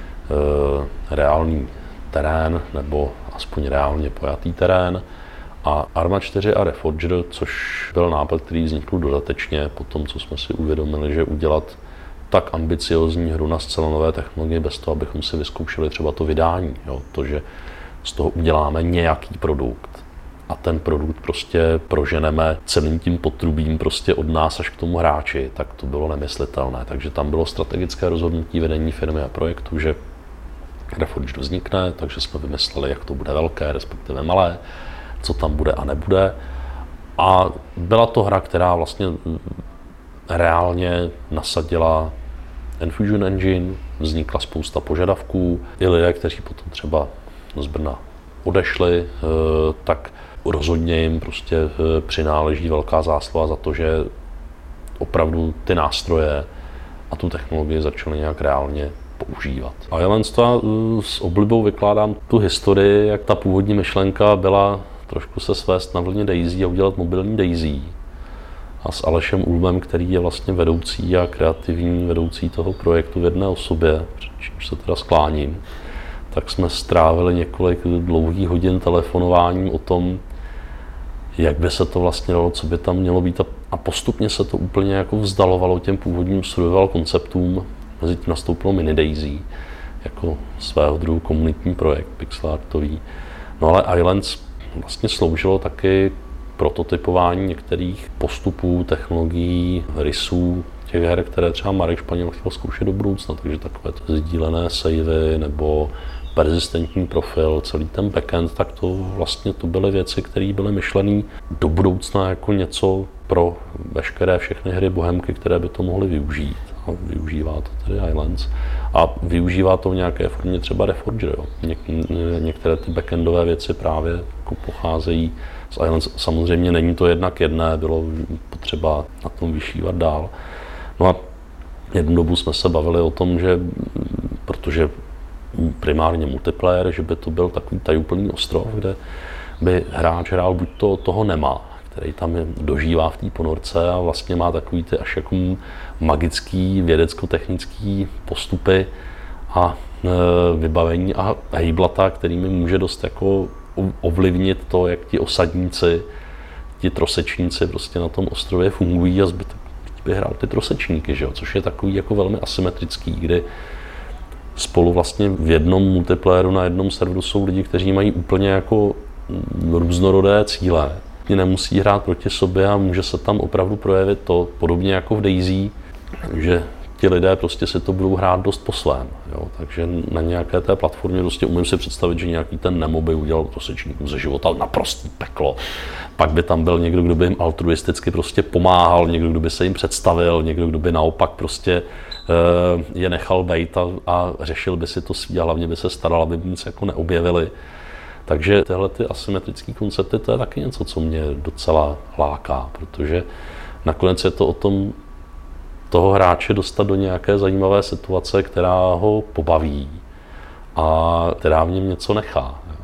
e, reálný terén, nebo aspoň reálně pojatý terén. A Arma čtyři a Reforger, což byl nápad, který vznikl dodatečně po tom, co jsme si uvědomili, že udělat tak ambiciozní hru na zcela nové technologie bez toho, abychom si vyzkoušeli třeba to vydání. Jo? To, že z toho uděláme nějaký produkt a ten produkt prostě proženeme celým tím potrubím prostě od nás až k tomu hráči, tak to bylo nemyslitelné. Takže tam bylo strategické rozhodnutí vedení firmy a projektu, že Reforger vznikne, takže jsme vymysleli, jak to bude velké, respektive malé, co tam bude a nebude. A byla to hra, která vlastně reálně nasadila Enfusion Engine, vznikla spousta požadavků. I lidé, kteří potom třeba z Brna odešli, tak rozhodně jim prostě přináleží velká zásluha za to, že opravdu ty nástroje a tu technologii začaly nějak reálně používat. A já jen s oblibou vykládám tu historii, jak ta původní myšlenka byla trošku se svést na vlně Daisy a udělat mobilní Daisy. A s Alešem Ulmem, který je vlastně vedoucí a kreativní vedoucí toho projektu v jedné osobě, před čímž se teda skláním, tak jsme strávili několik dlouhých hodin telefonováním o tom, jak by se to vlastně dalo, co by tam mělo být. A postupně se to úplně jako vzdalovalo těm původním survival konceptům. Mezi tím nastoupilo Mini Daisy jako svého druhu komunitní projekt pixelartový. No ale Islands vlastně sloužilo taky prototypování některých postupů, technologií, rysů těch her, které třeba Marek Španěl chtěl zkoušet do budoucna, takže takové to sdílené savey nebo persistentní profil, celý ten backend, tak to vlastně to byly věci, které byly myšlené do budoucna jako něco pro veškeré všechny hry bohemky, které by to mohly využít. A využívá to tedy Islands. A využívá to v nějaké formě třeba Reforger. Jo. Něk- některé ty backendové věci právě jako pocházejí z Islands. Samozřejmě není to jednak jedné, bylo potřeba na tom vyšívat dál. No a jednu dobu jsme se bavili o tom, že protože primárně multiplayer, že by to byl takový tajuplný ostrov, kde by hráč hrál buď to toho Nema, který tam je, dožívá v té ponorce a vlastně má takový ty až jako magický vědecko-technický postupy a e, vybavení a hejblata, kterými může dost jako ovlivnit to, jak ti osadníci, ti trosečníci prostě na tom ostrově fungují a zbytek by hrál ty trosečníky, že jo? Což je takový jako velmi asymetrický, kdy spolu vlastně v jednom multiplayeru na jednom serveru jsou lidi, kteří mají úplně jako různorodé cíle. Nemusí hrát proti sobě a může se tam opravdu projevit to, podobně jako v Daisy, že ti lidé prostě si to budou hrát dost po svém. Jo? Takže na nějaké té platformě prostě umím si představit, že nějaký ten Nemo by udělal trosečníkům ze života naprostý peklo. Pak by tam byl někdo, kdo by jim altruisticky prostě pomáhal, někdo, kdo by se jim představil, někdo, kdo by naopak prostě uh, je nechal bejt a, a řešil by si to svý a hlavně by se staral, aby nic jako neobjevili. Takže tyhle ty asymetrické koncepty, to je taky něco, co mě docela láká, protože nakonec je to o tom toho hráče dostat do nějaké zajímavé situace, která ho pobaví a která v něm něco nechá.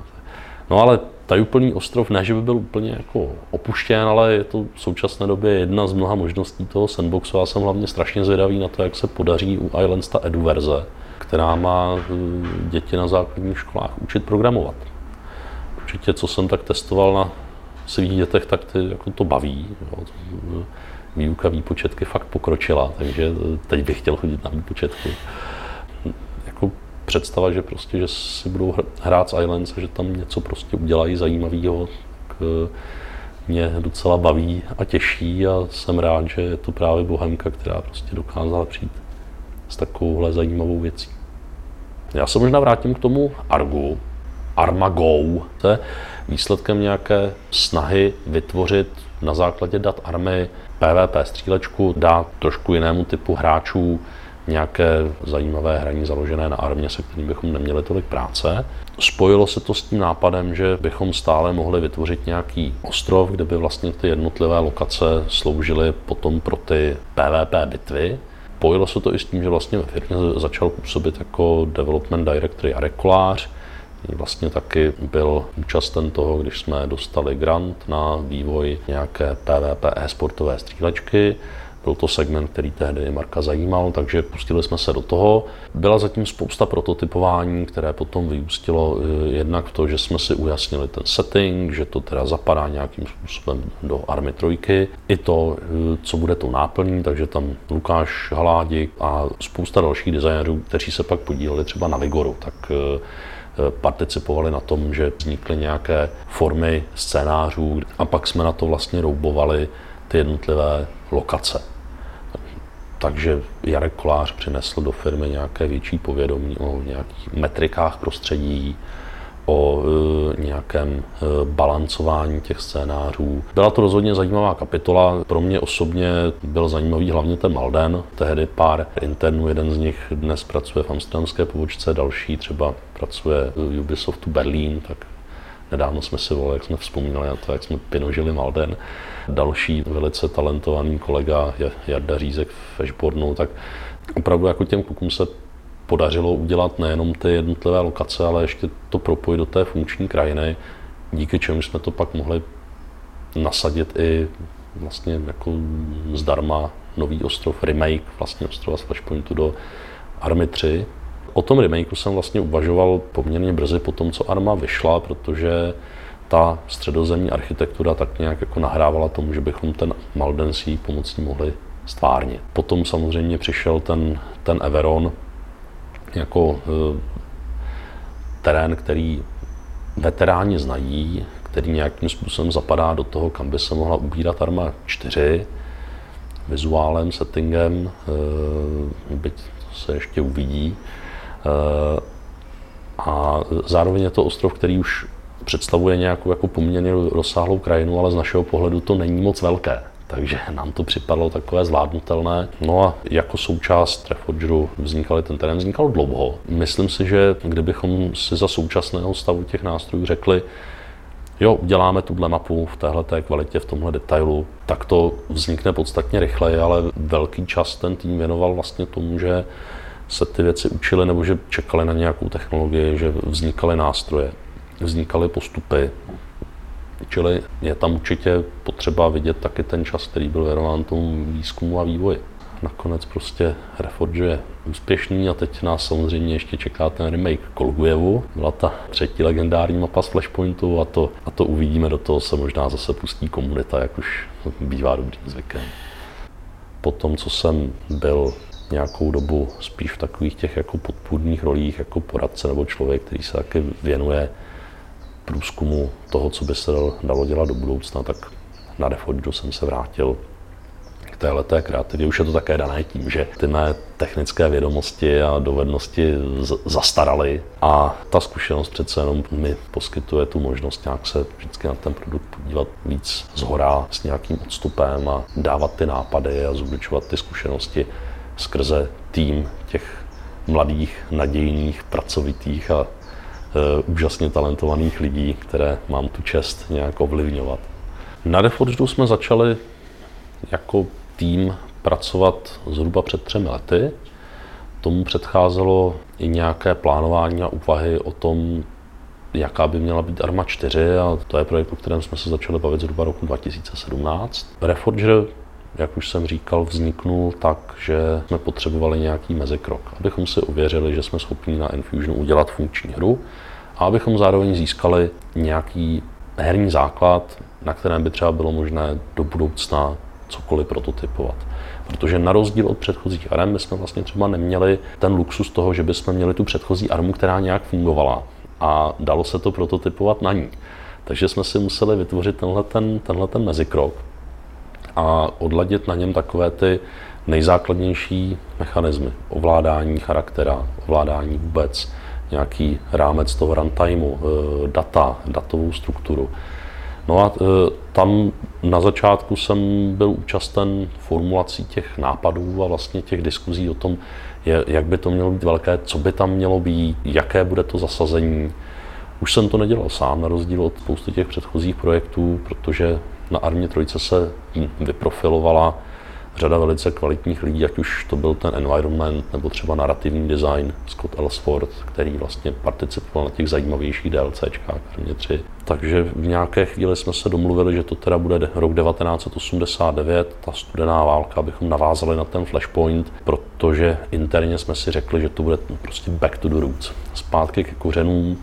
No ale Tajuplný ostrov ne, že by byl úplně jako opuštěn, ale je to v současné době jedna z mnoha možností toho sandboxu. Já jsem hlavně strašně zvědavý na to, jak se podaří u Islands ta edu verze, která má děti na základních školách učit programovat. Určitě, co jsem tak testoval na svých dětech, tak ty, jako to baví. Jo. Výuka výpočetky fakt pokročila, takže teď bych chtěl chodit na výpočetku. Jako představa, že prostě, že si budou hrát s Islands a že tam něco prostě udělají zajímavého, tak mě docela baví a těší a jsem rád, že je to právě Bohemka, která prostě dokázala přijít s takovouhle zajímavou věcí. Já se možná vrátím k tomu Argu. Arma Go. To je výsledkem nějaké snahy vytvořit na základě dat Army P V P střílečku, dát trošku jinému typu hráčů nějaké zajímavé hraní založené na armě, se kterým bychom neměli tolik práce. Spojilo se to s tím nápadem, že bychom stále mohli vytvořit nějaký ostrov, kde by vlastně ty jednotlivé lokace sloužily potom pro ty P V P bitvy. Spojilo se to i s tím, že vlastně ve firmě začal působit jako development director Jarek Kolář. Vlastně taky byl účasten toho, když jsme dostali grant na vývoj nějaké P V P e-sportové střílečky. Byl to segment, který tehdy Marka zajímal, takže pustili jsme se do toho. Byla zatím spousta prototypování, které potom vyústilo jednak v to, že jsme si ujasnili ten setting, že to teda zapadá nějakým způsobem do Army trojky. I to, co bude tou náplní, takže tam Lukáš Haládik a spousta dalších designérů, kteří se pak podíleli třeba na Vigoru, tak participovali na tom, že vznikly nějaké formy scénářů a pak jsme na to vlastně roubovali ty jednotlivé lokace. Takže Jarek Kolář přinesl do firmy nějaké větší povědomí o nějakých metrikách prostředí, o e, nějakém e, balancování těch scénářů. Byla to rozhodně zajímavá kapitola. Pro mě osobně byl zajímavý hlavně ten Malden. Tehdy pár internů, jeden z nich dnes pracuje v amsterdamské pobočce, další třeba pracuje v Ubisoftu Berlín, tak nedávno jsme si volili, jak jsme vzpomínali na to, jak jsme pinožili Malden. Další velice talentovaný kolega Jarda Řízek v Ashbournu, tak opravdu jako těm klukům se podařilo udělat nejenom ty jednotlivé lokace, ale ještě to propojit do té funkční krajiny, díky čemu jsme to pak mohli nasadit i vlastně jako zdarma nový ostrov, remake vlastně ostrova z Flashpointu do Army tři. O tom remakeu jsem vlastně uvažoval poměrně brzy po tom, co Arma vyšla, protože ta středozemní architektura tak nějak jako nahrávala tomu, že bychom ten Malden si jí pomocí mohli stvárnit. Potom samozřejmě přišel ten, ten Everon jako e, terén, který veteráni znají, který nějakým způsobem zapadá do toho, kam by se mohla ubírat Arma čtyři, vizuálem, settingem, e, byť to se ještě uvidí. E, a zároveň je to ostrov, který už představuje nějakou jako poměrně rozsáhlou krajinu, ale z našeho pohledu to není moc velké. Takže nám to připadlo takové zvládnutelné. No a jako součást Reforgeru vznikaly ten terén, vznikal dlouho. Myslím si, že kdybychom si za současného stavu těch nástrojů řekli, jo, uděláme tuhle mapu v téhleté kvalitě, v tomhle detailu, tak to vznikne podstatně rychleji, ale velký čas ten tým věnoval vlastně tomu, že se ty věci učili nebo že čekali na nějakou technologii, že vznikaly nástroje, vznikaly postupy. Čili je tam určitě potřeba vidět taky ten čas, který byl věnován tomu výzkumu a vývoji. Nakonec prostě Reforge je úspěšný a teď nás samozřejmě ještě čeká ten remake Kolgujevu. Byla ta třetí legendární mapa z Flashpointu a to, a to uvidíme, do toho se možná zase pustí komunita, jak už bývá dobrým zvykem. Po tom, co jsem byl nějakou dobu spíš v takových těch jako podpůrných rolích, jako poradce nebo člověk, který se taky věnuje průzkumu toho, co by se dalo dělat do budoucna, tak na Reforgeu jsem se vrátil k téhleté kreativě. Už je to také dané tím, že ty mé technické vědomosti a dovednosti zastaraly a ta zkušenost přece jenom mi poskytuje tu možnost nějak se vždycky na ten produkt podívat víc zhora s nějakým odstupem a dávat ty nápady a zúročovat ty zkušenosti skrze tým těch mladých, nadějných, pracovitých a Uh, úžasně talentovaných lidí, které mám tu čest nějak ovlivňovat. Na Reforgeu jsme začali jako tým pracovat zhruba před třemi lety. Tomu předcházelo i nějaké plánování a úvahy o tom, jaká by měla být Arma čtyři, a to je projekt, o kterém jsme se začali bavit zhruba roku dva tisíce sedmnáct. Reforger, jak už jsem říkal, vzniknul tak, že jsme potřebovali nějaký mezikrok, abychom si ověřili, že jsme schopni na Enfusionu udělat funkční hru a abychom zároveň získali nějaký herní základ, na kterém by třeba bylo možné do budoucna cokoliv prototypovat. Protože na rozdíl od předchozích arem my jsme vlastně třeba neměli ten luxus toho, že bychom měli tu předchozí armu, která nějak fungovala a dalo se to prototypovat na ní. Takže jsme si museli vytvořit tenhle ten, tenhle ten mezikrok a odladit na něm takové ty nejzákladnější mechanismy ovládání charaktera, ovládání vůbec, nějaký rámec toho runtimeu, data, datovou strukturu. No a tam na začátku jsem byl účasten formulací těch nápadů a vlastně těch diskuzí o tom, jak by to mělo být velké, co by tam mělo být, jaké bude to zasazení. Už jsem to nedělal sám, na rozdíl od spousty těch předchozích projektů, protože na Armě trojce se vyprofilovala řada velice kvalitních lidí, ať už to byl ten environment nebo třeba narrativní design Scott Ellsworth, který vlastně participoval na těch zajímavějších DLCčkách Armě tři. Takže v nějaké chvíli jsme se domluvili, že to teda bude rok devatenáct set osmdesát devět, ta studená válka, abychom navázali na ten Flashpoint, protože interně jsme si řekli, že to bude prostě back to the roots, zpátky ke kořenům.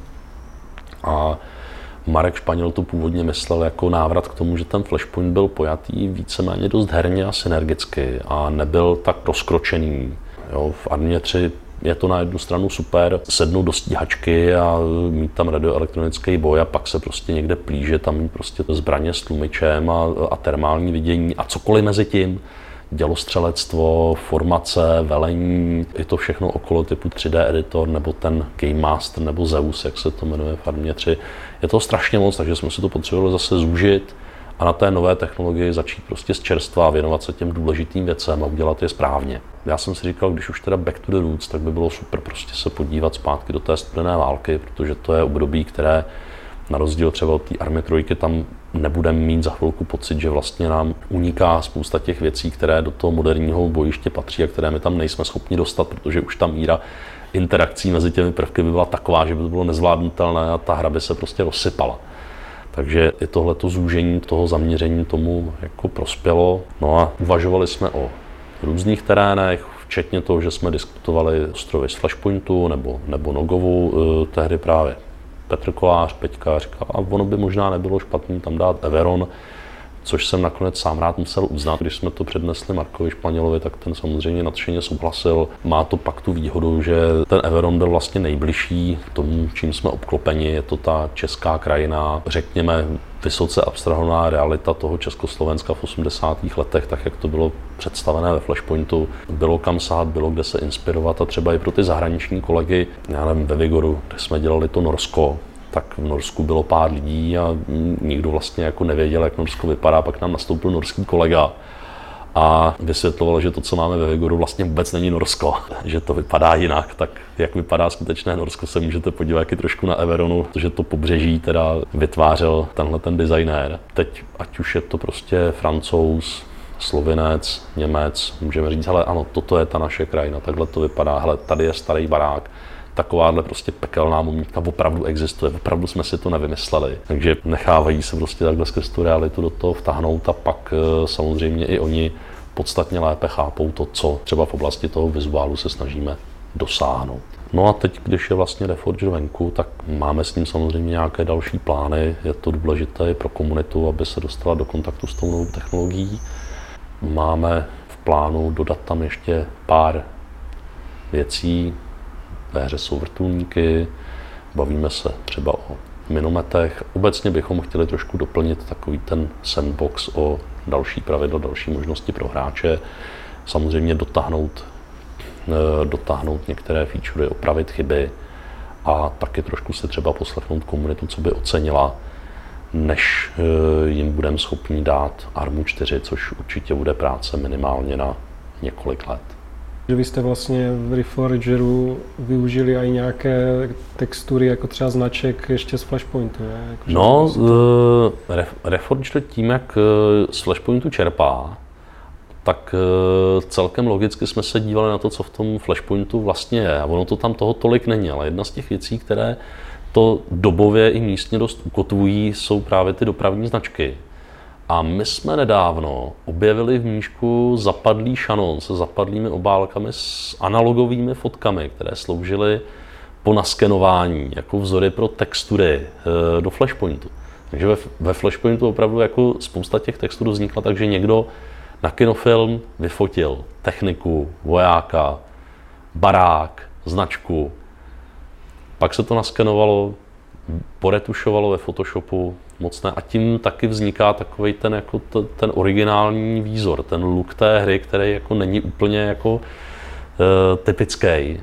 A Marek Španěl to původně myslel jako návrat k tomu, že ten Flashpoint byl pojatý víceméně dost herně a synergicky a nebyl tak rozkročený. Jo, v Armě tři je to na jednu stranu super, sednout do stíhačky a mít tam radioelektronický boj a pak se prostě někde plížit a mít prostě zbraně s tlumičem a, a termální vidění a cokoliv mezi tím. Dělostřelectvo, formace, velení, i to všechno okolo typu tři dé editor nebo ten Game Master nebo Zeus, jak se to jmenuje v Armě tři. Je to strašně moc, takže jsme si to potřebovali zase zúžit a na té nové technologii začít prostě z čerstva, věnovat se těm důležitým věcem a udělat je správně. Já jsem si říkal, když už teda back to the roots, tak by bylo super prostě se podívat zpátky do té studené války, protože to je období, které na rozdíl třeba od té Army trojky tam nebudeme mít za chvilku pocit, že vlastně nám uniká spousta těch věcí, které do toho moderního bojiště patří a které my tam nejsme schopni dostat, protože už ta míra interakcí mezi těmi prvky by byla taková, že by to bylo nezvládnutelné a ta hra by se prostě rozsypala. Takže i tohleto zúžení toho zaměření tomu jako prospělo. No a uvažovali jsme o různých terénech, včetně toho, že jsme diskutovali ostrovy z Flashpointu nebo, nebo Nogovu, tehdy právě Petr Kolář, Peťka říkal, a ono by možná nebylo špatný tam dát Everon, což jsem nakonec sám rád musel uznat. Když jsme to přednesli Markovi Španělovi, tak ten samozřejmě nadšeně souhlasil. Má to pak tu výhodu, že ten Everon byl vlastně nejbližší k tomu, čím jsme obklopeni. Je to ta česká krajina, řekněme, vysoce abstrahovaná realita toho Československa v osmdesátých letech, tak jak to bylo představené ve Flashpointu. Bylo kam sát, bylo kde se inspirovat a třeba i pro ty zahraniční kolegy, já nevím, ve Vigoru, kde jsme dělali to Norsko, tak v Norsku bylo pár lidí a nikdo vlastně jako nevěděl, jak Norsko vypadá, pak nám nastoupil norský kolega a vysvětloval, že to, co máme ve Vigoru, vlastně vůbec není Norsko, že to vypadá jinak. Tak jak vypadá skutečné Norsko, se můžete podívat i trošku na Everonu, protože to pobřeží teda vytvářel tenhle ten designér. Teď, ať už je to prostě Francouz, Slovinec, Němec, můžeme říct, hele, ano, toto je ta naše krajina, takhle to vypadá, hele, tady je starý barák, takováhle prostě pekelná mumítka opravdu existuje, opravdu jsme si to nevymysleli. Takže nechávají se prostě takhle skrz tu realitu do toho vtáhnout a pak samozřejmě i oni podstatně lépe chápou to, co třeba v oblasti toho vizuálu se snažíme dosáhnout. No a teď, když je vlastně Reforger venku, tak máme s ním samozřejmě nějaké další plány. Je to důležité pro komunitu, aby se dostala do kontaktu s tou novou technologií. Máme v plánu dodat tam ještě pár věcí. Ve hře jsou vrtulníky, bavíme se třeba o minometech. Obecně bychom chtěli trošku doplnit takový ten sandbox o další pravidla, další možnosti pro hráče. Samozřejmě dotáhnout, dotáhnout některé featurey, opravit chyby a taky trošku se třeba poslechnout komunitu, co by ocenila, než jim budeme schopni dát Armu čtyři, což určitě bude práce minimálně na několik let. Že vy jste vlastně v Reforgeru využili i nějaké textury, jako třeba značek ještě z Flashpointu, ne? Jako, no, to... Reforger tím, jak z Flashpointu čerpá, tak celkem logicky jsme se dívali na to, co v tom Flashpointu vlastně je. A ono to tam toho tolik není, ale jedna z těch věcí, které to dobově i místně dost ukotvují, jsou právě ty dopravní značky. A my jsme nedávno objevili v Mníšku zapadlý šanon se zapadlými obálkami s analogovými fotkami, které sloužily po naskenování jako vzory pro textury do Flashpointu. Takže ve, ve Flashpointu opravdu jako spousta těch textur vznikla, takže někdo na kinofilm vyfotil techniku, vojáka, barák, značku, pak se to naskenovalo, poretušovalo ve Photoshopu mocné a tím taky vzniká takovej ten, jako t, ten originální výzor, ten look té hry, který jako není úplně jako e, typický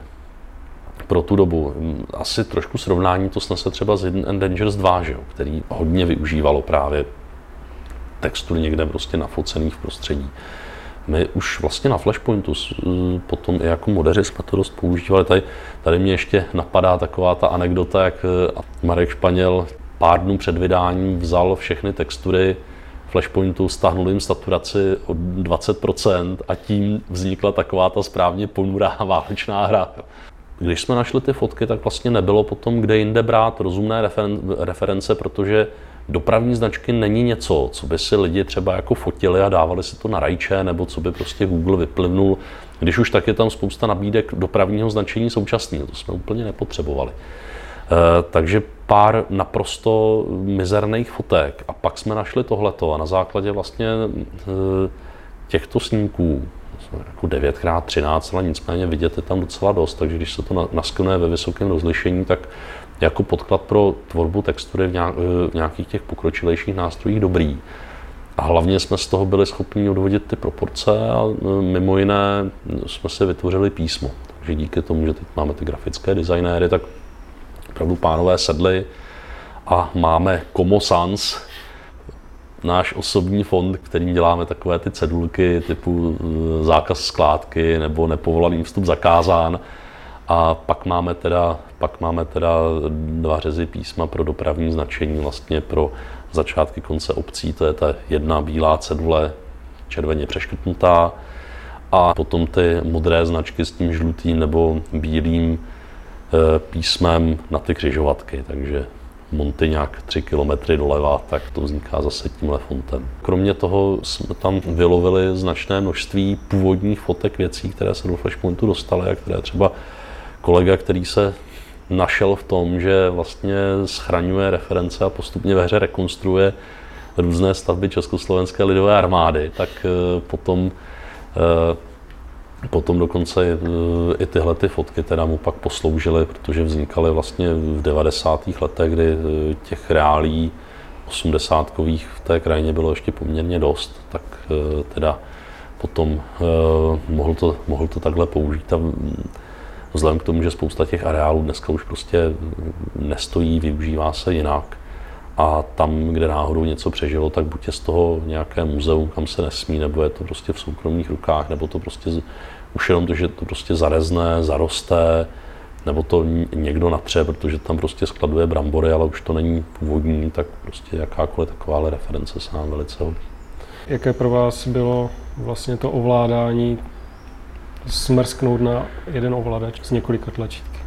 pro tu dobu. Asi trošku srovnání to snese třeba s Hidden and Dangerous dva, že jo, který hodně využívalo právě textur někde prostě nafocených v prostředí. My už vlastně na Flashpointu potom i jako modeři jsme to dost používali. Tady, tady mě ještě napadá taková ta anekdota, jak Marek Španěl pár dnů před vydáním vzal všechny textury Flashpointu, stáhnul jim saturaci o dvacet procent a tím vznikla taková ta správně ponurá válečná hra. Když jsme našli ty fotky, tak vlastně nebylo potom kde jinde brát rozumné referen- reference, protože dopravní značky není něco, co by si lidi třeba jako fotili a dávali si to na rajče, nebo co by prostě Google vyplivnul. Když už tak je tam spousta nabídek dopravního značení současného, to jsme úplně nepotřebovali. E, takže pár naprosto mizerných fotek a pak jsme našli tohleto a na základě vlastně e, těchto snímků, jako devět krát třináct, ale nicméně vidět je tam docela dost, takže když se to naskenuje ve vysokém rozlišení, tak jako podklad pro tvorbu textury v nějakých těch pokročilejších nástrojích dobrý. A hlavně jsme z toho byli schopni odvodit ty proporce a mimo jiné jsme si vytvořili písmo. Takže díky tomu, že teď máme ty grafické designéry, tak opravdu pánové sedli a máme Como Sans, náš osobní fond, kterým děláme takové ty cedulky typu zákaz skládky nebo nepovolaný vstup zakázán. A pak máme teda, pak máme teda dva řezy písma pro dopravní značení, vlastně pro začátky konce obcí, to je ta jedna bílá cedule červeně přeškrtnutá a potom ty modré značky s tím žlutým nebo bílým písmem na ty křižovatky, takže Montyňák tři kilometry doleva, tak to vzniká zase tímhle fontem. Kromě toho jsme tam vylovili značné množství původních fotek věcí, které se do Flashpointu dostaly a které třeba kolega, který se našel v tom, že vlastně schraňuje reference a postupně ve hře rekonstruuje různé stavby Československé lidové armády, tak potom, potom dokonce i tyhle ty fotky teda mu pak posloužily, protože vznikaly vlastně v devadesátých letech, kdy těch reálí osmdesátkových v té krajině bylo ještě poměrně dost, tak teda potom mohl to, mohl to takhle použít. A vzhledem k tomu, že spousta těch areálů dneska už prostě nestojí, využívá se jinak a tam, kde náhodou něco přežilo, tak buď je z toho nějaké muzeum, kam se nesmí, nebo je to prostě v soukromých rukách, nebo to prostě už jenom to, že to prostě zarezne, zaroste, nebo to někdo natře, protože tam prostě skladuje brambory, ale už to není původní, tak prostě jakákoliv takováhle reference se nám velice hodí. Jaké pro vás bylo vlastně to ovládání smrsknout na jeden ovladač s několika tlačítky?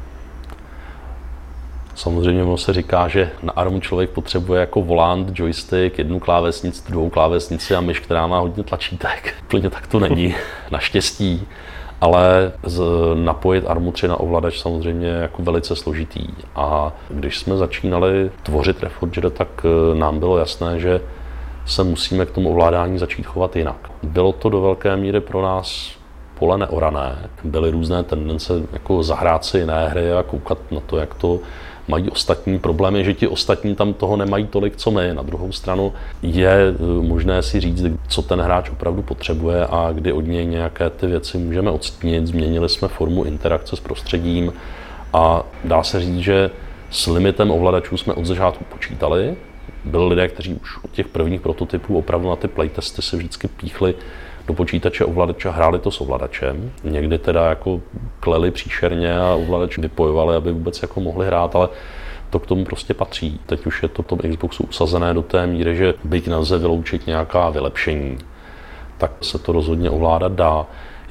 Samozřejmě ono se říká, že na armu člověk potřebuje jako volant, joystick, jednu klávesnici, druhou klávesnici a myš, která má hodně tlačítek. Úplně tak to není, naštěstí. Ale z, napojit armu tři na ovladač samozřejmě je jako velice složitý. A když jsme začínali tvořit Reforger, tak nám bylo jasné, že se musíme k tomu ovládání začít chovat jinak. Bylo to do velké míry pro nás pole neorané. Byly různé tendence jako zahrát si jiné hry a koukat na to, jak to mají ostatní. Problém je, že ti ostatní tam toho nemají tolik, co my. Na druhou stranu je možné si říct, co ten hráč opravdu potřebuje a kdy od něj nějaké ty věci můžeme odstínit. Změnili jsme formu interakce s prostředím a dá se říct, že s limitem ovladačů jsme od začátku počítali. Byli lidé, kteří už od těch prvních prototypů opravdu na ty playtesty se vždycky píchli do počítače ovladače a hráli to s ovladačem. Někdy teda jako kleli příšerně a ovladač vypojovali, aby vůbec jako mohli hrát, ale to k tomu prostě patří. Teď už je to v tom Xboxu usazené do té míry, že byť nelze vyloučit nějaká vylepšení, tak se to rozhodně ovládat dá.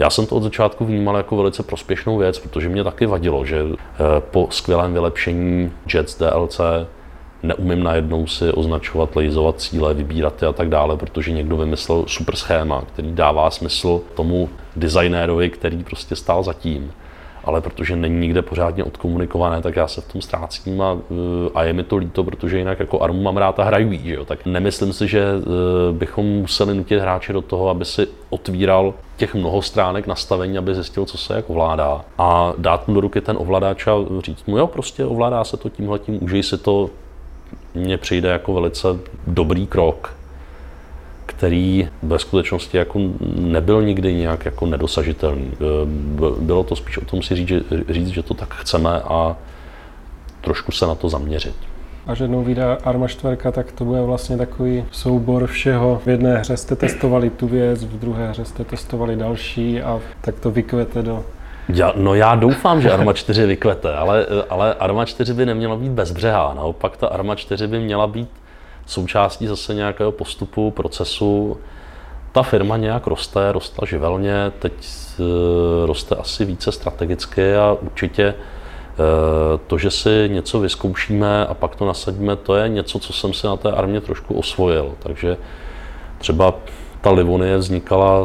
Já jsem to od začátku vnímal jako velice prospěšnou věc, protože mě taky vadilo, že po skvělém vylepšení Jets D L C neumím najednou si označovat, lejzovat cíle, vybírat je a tak dále, protože někdo vymyslel super schéma, který dává smysl tomu designérovi, který prostě stál za tím. Ale protože není nikde pořádně odkomunikované, tak já se v tom ztrácím a, a je mi to líto, protože jinak jako Armu mám rád a hraju jí, jo. Tak nemyslím si, že bychom museli nutit hráče do toho, aby si otvíral těch mnoho stránek nastavení, aby zjistil, co se jak ovládá, a dát mu do ruky ten ovladač a říct mu, jo, prostě ovládá se to tímhletím, užij si to. Mně přijde jako velice dobrý krok, který ve skutečnosti jako nebyl nikdy nějak jako nedosažitelný. Bylo to spíš o tom si říct, že, říct, že to tak chceme a trošku se na to zaměřit. Až jednou vyjde Arma čtyři, tak to bude vlastně takový soubor všeho. V jedné hře jste testovali tu věc, v druhé hře jste testovali další a tak to vykvete do... Já, no já doufám, že Arma čtyři vykvete, ale, ale Arma čtyři by neměla být bezbřehá. Naopak ta Arma čtyři by měla být součástí zase nějakého postupu, procesu. Ta firma nějak roste, rostla živelně, teď roste asi více strategicky a určitě to, že si něco vyzkoušíme a pak to nasadíme, to je něco, co jsem si na té Armě trošku osvojil. Takže třeba ta Livonie vznikala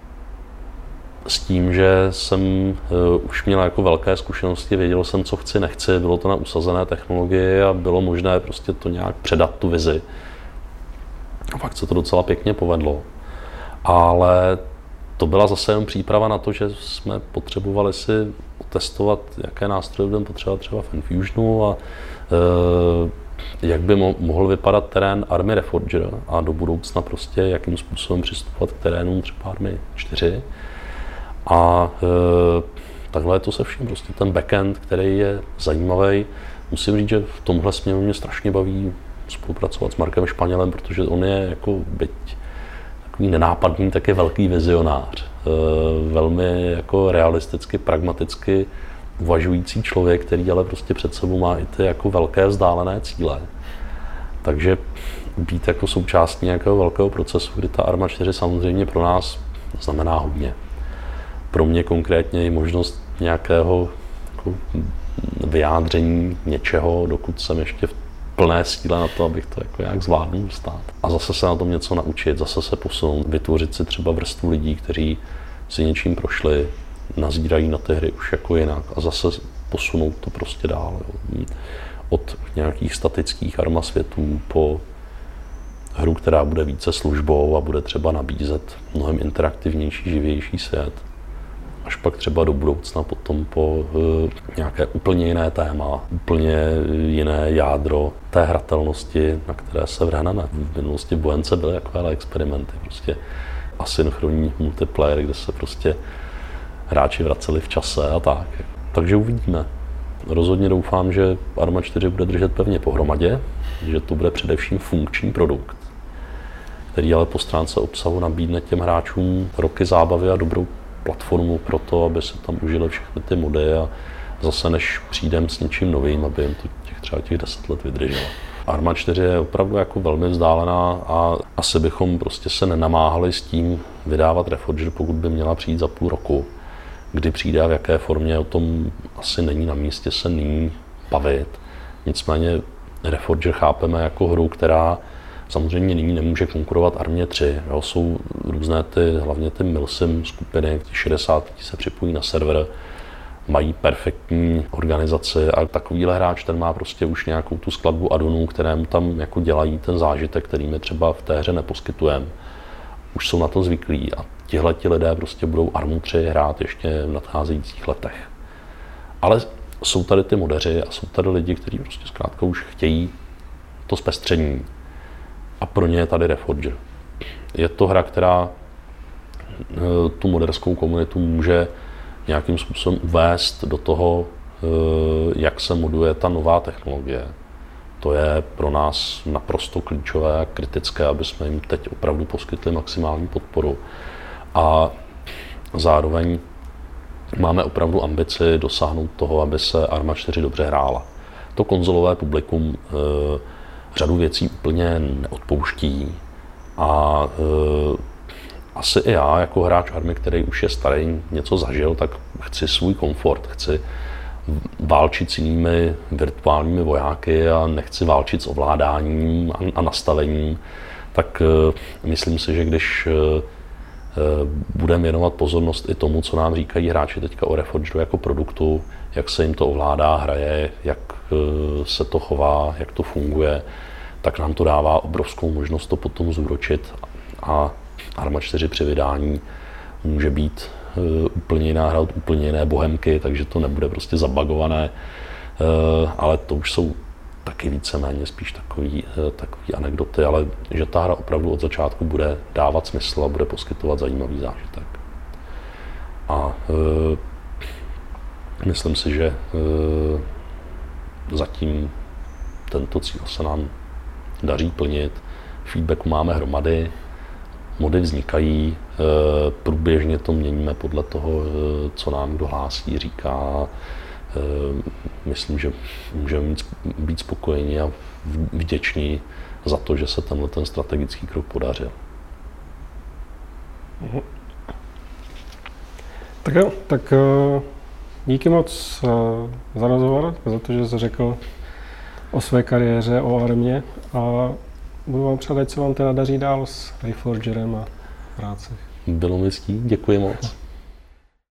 s tím, že jsem uh, už měl jako velké zkušenosti, věděl jsem, co chci, nechci, bylo to na usazené technologii a bylo možné prostě to nějak předat, tu vizi. A fakt se to docela pěkně povedlo. Ale to byla zase jen příprava na to, že jsme potřebovali si otestovat, jaké nástroje budeme potřebovat třeba v Enfusionu a uh, jak by mo- mohl vypadat terén Army Reforger a do budoucna prostě jakým způsobem přistupovat k terénům třeba Army čtyři. A e, takhle je to se vším, prostě ten backend, který je zajímavý. Musím říct, že v tomhle směru mě strašně baví spolupracovat s Markem Španělem, protože on je jako byť takový nenápadný, tak je velký vizionář. E, velmi jako realisticky, pragmaticky uvažující člověk, který ale prostě před sebou má i ty jako velké vzdálené cíle. Takže být jako součástí nějakého velkého procesu, kdy ta Arma čtyři samozřejmě pro nás znamená hodně. Pro mě konkrétně i možnost nějakého jako vyjádření něčeho, dokud jsem ještě v plné síle na to, abych to jako nějak zvládnul stát. A zase se na tom něco naučit, zase se posunout, vytvořit si třeba vrstvu lidí, kteří si něčím prošli, nazírají na ty hry už jako jinak a zase posunout to prostě dál. Jo. Od nějakých statických Arma světů po hru, která bude více službou a bude třeba nabízet mnohem interaktivnější, živější svět. Až pak třeba do budoucna potom po uh, nějaké úplně jiné téma, úplně jiné jádro té hratelnosti, na které se vrhneme. V minulosti v Bojence byly takové experimenty, prostě asynchronní multiplayer, kde se prostě hráči vraceli v čase a tak. Takže uvidíme. Rozhodně doufám, že Arma čtyři bude držet pevně pohromadě, že to bude především funkční produkt, který ale po stránce obsahu nabídne těm hráčům roky zábavy a dobrou platformu pro to, aby se tam užili všechny ty mody a zase než přijdem s něčím novým, aby jim to těch třeba těch deset let vydrželo. Arma čtyři je opravdu jako velmi vzdálená a asi bychom prostě se nenamáhali s tím vydávat Reforger, pokud by měla přijít za půl roku. Kdy přijde a v jaké formě, o tom asi není na místě se nyní bavit. Nicméně Reforger chápeme jako hru, která samozřejmě nyní nemůže konkurovat Armě tři. Jo, jsou různé ty, hlavně ty Milsim skupiny, ty šedesát lidí se připojí na server, mají perfektní organizaci a takovýhle hráč, ten má prostě už nějakou tu skladbu addonů, které mu tam jako dělají ten zážitek, který my třeba v té hře neposkytujeme. Už jsou na to zvyklí a tihleti lidé prostě budou Armu tři hrát ještě v nadcházejících letech. Ale jsou tady ty modeři a jsou tady lidi, kteří prostě zkrátka už chtějí to zpestření. A pro ně je tady Reforger. Je to hra, která tu moderskou komunitu může nějakým způsobem uvést do toho, jak se moduje ta nová technologie. To je pro nás naprosto klíčové a kritické, aby jsme jim teď opravdu poskytli maximální podporu. A zároveň máme opravdu ambici dosáhnout toho, aby se Arma čtyři dobře hrála. To konzolové publikum řadu věcí úplně neodpouští a asi i já jako hráč Army, který už je starý, něco zažil, tak chci svůj komfort, chci válčit s jinými virtuálními vojáky a nechci válčit s ovládáním a nastavením, tak myslím si, že když budeme věnovat pozornost i tomu, co nám říkají hráči teďka o Reforged jako produktu, jak se jim to ovládá, hraje, jak se to chová, jak to funguje, tak nám to dává obrovskou možnost to potom zúročit a Arma čtyři při vydání může být úplně jiná hra, úplně jiné bohemky, takže to nebude prostě zabagované, ale to už jsou taky víceméně spíš takový, takový anekdoty, ale že ta hra opravdu od začátku bude dávat smysl a bude poskytovat zajímavý zážitek. A e, myslím si, že e, zatím tento cíl se nám daří plnit. Feedbacku máme hromady, mody vznikají, e, průběžně to měníme podle toho, e, co nám kdo hlásí, říká. Myslím, že můžeme být spokojení a vděční za to, že se tenhle ten strategický krok podařil. Tak jo, tak díky moc za rozhovor, za to, že jsi řekl o své kariéře, o Armě a budu vám přát, ať se vám teda daří dál s Reforgerem a práci. Bylo mi ctí, děkuji moc.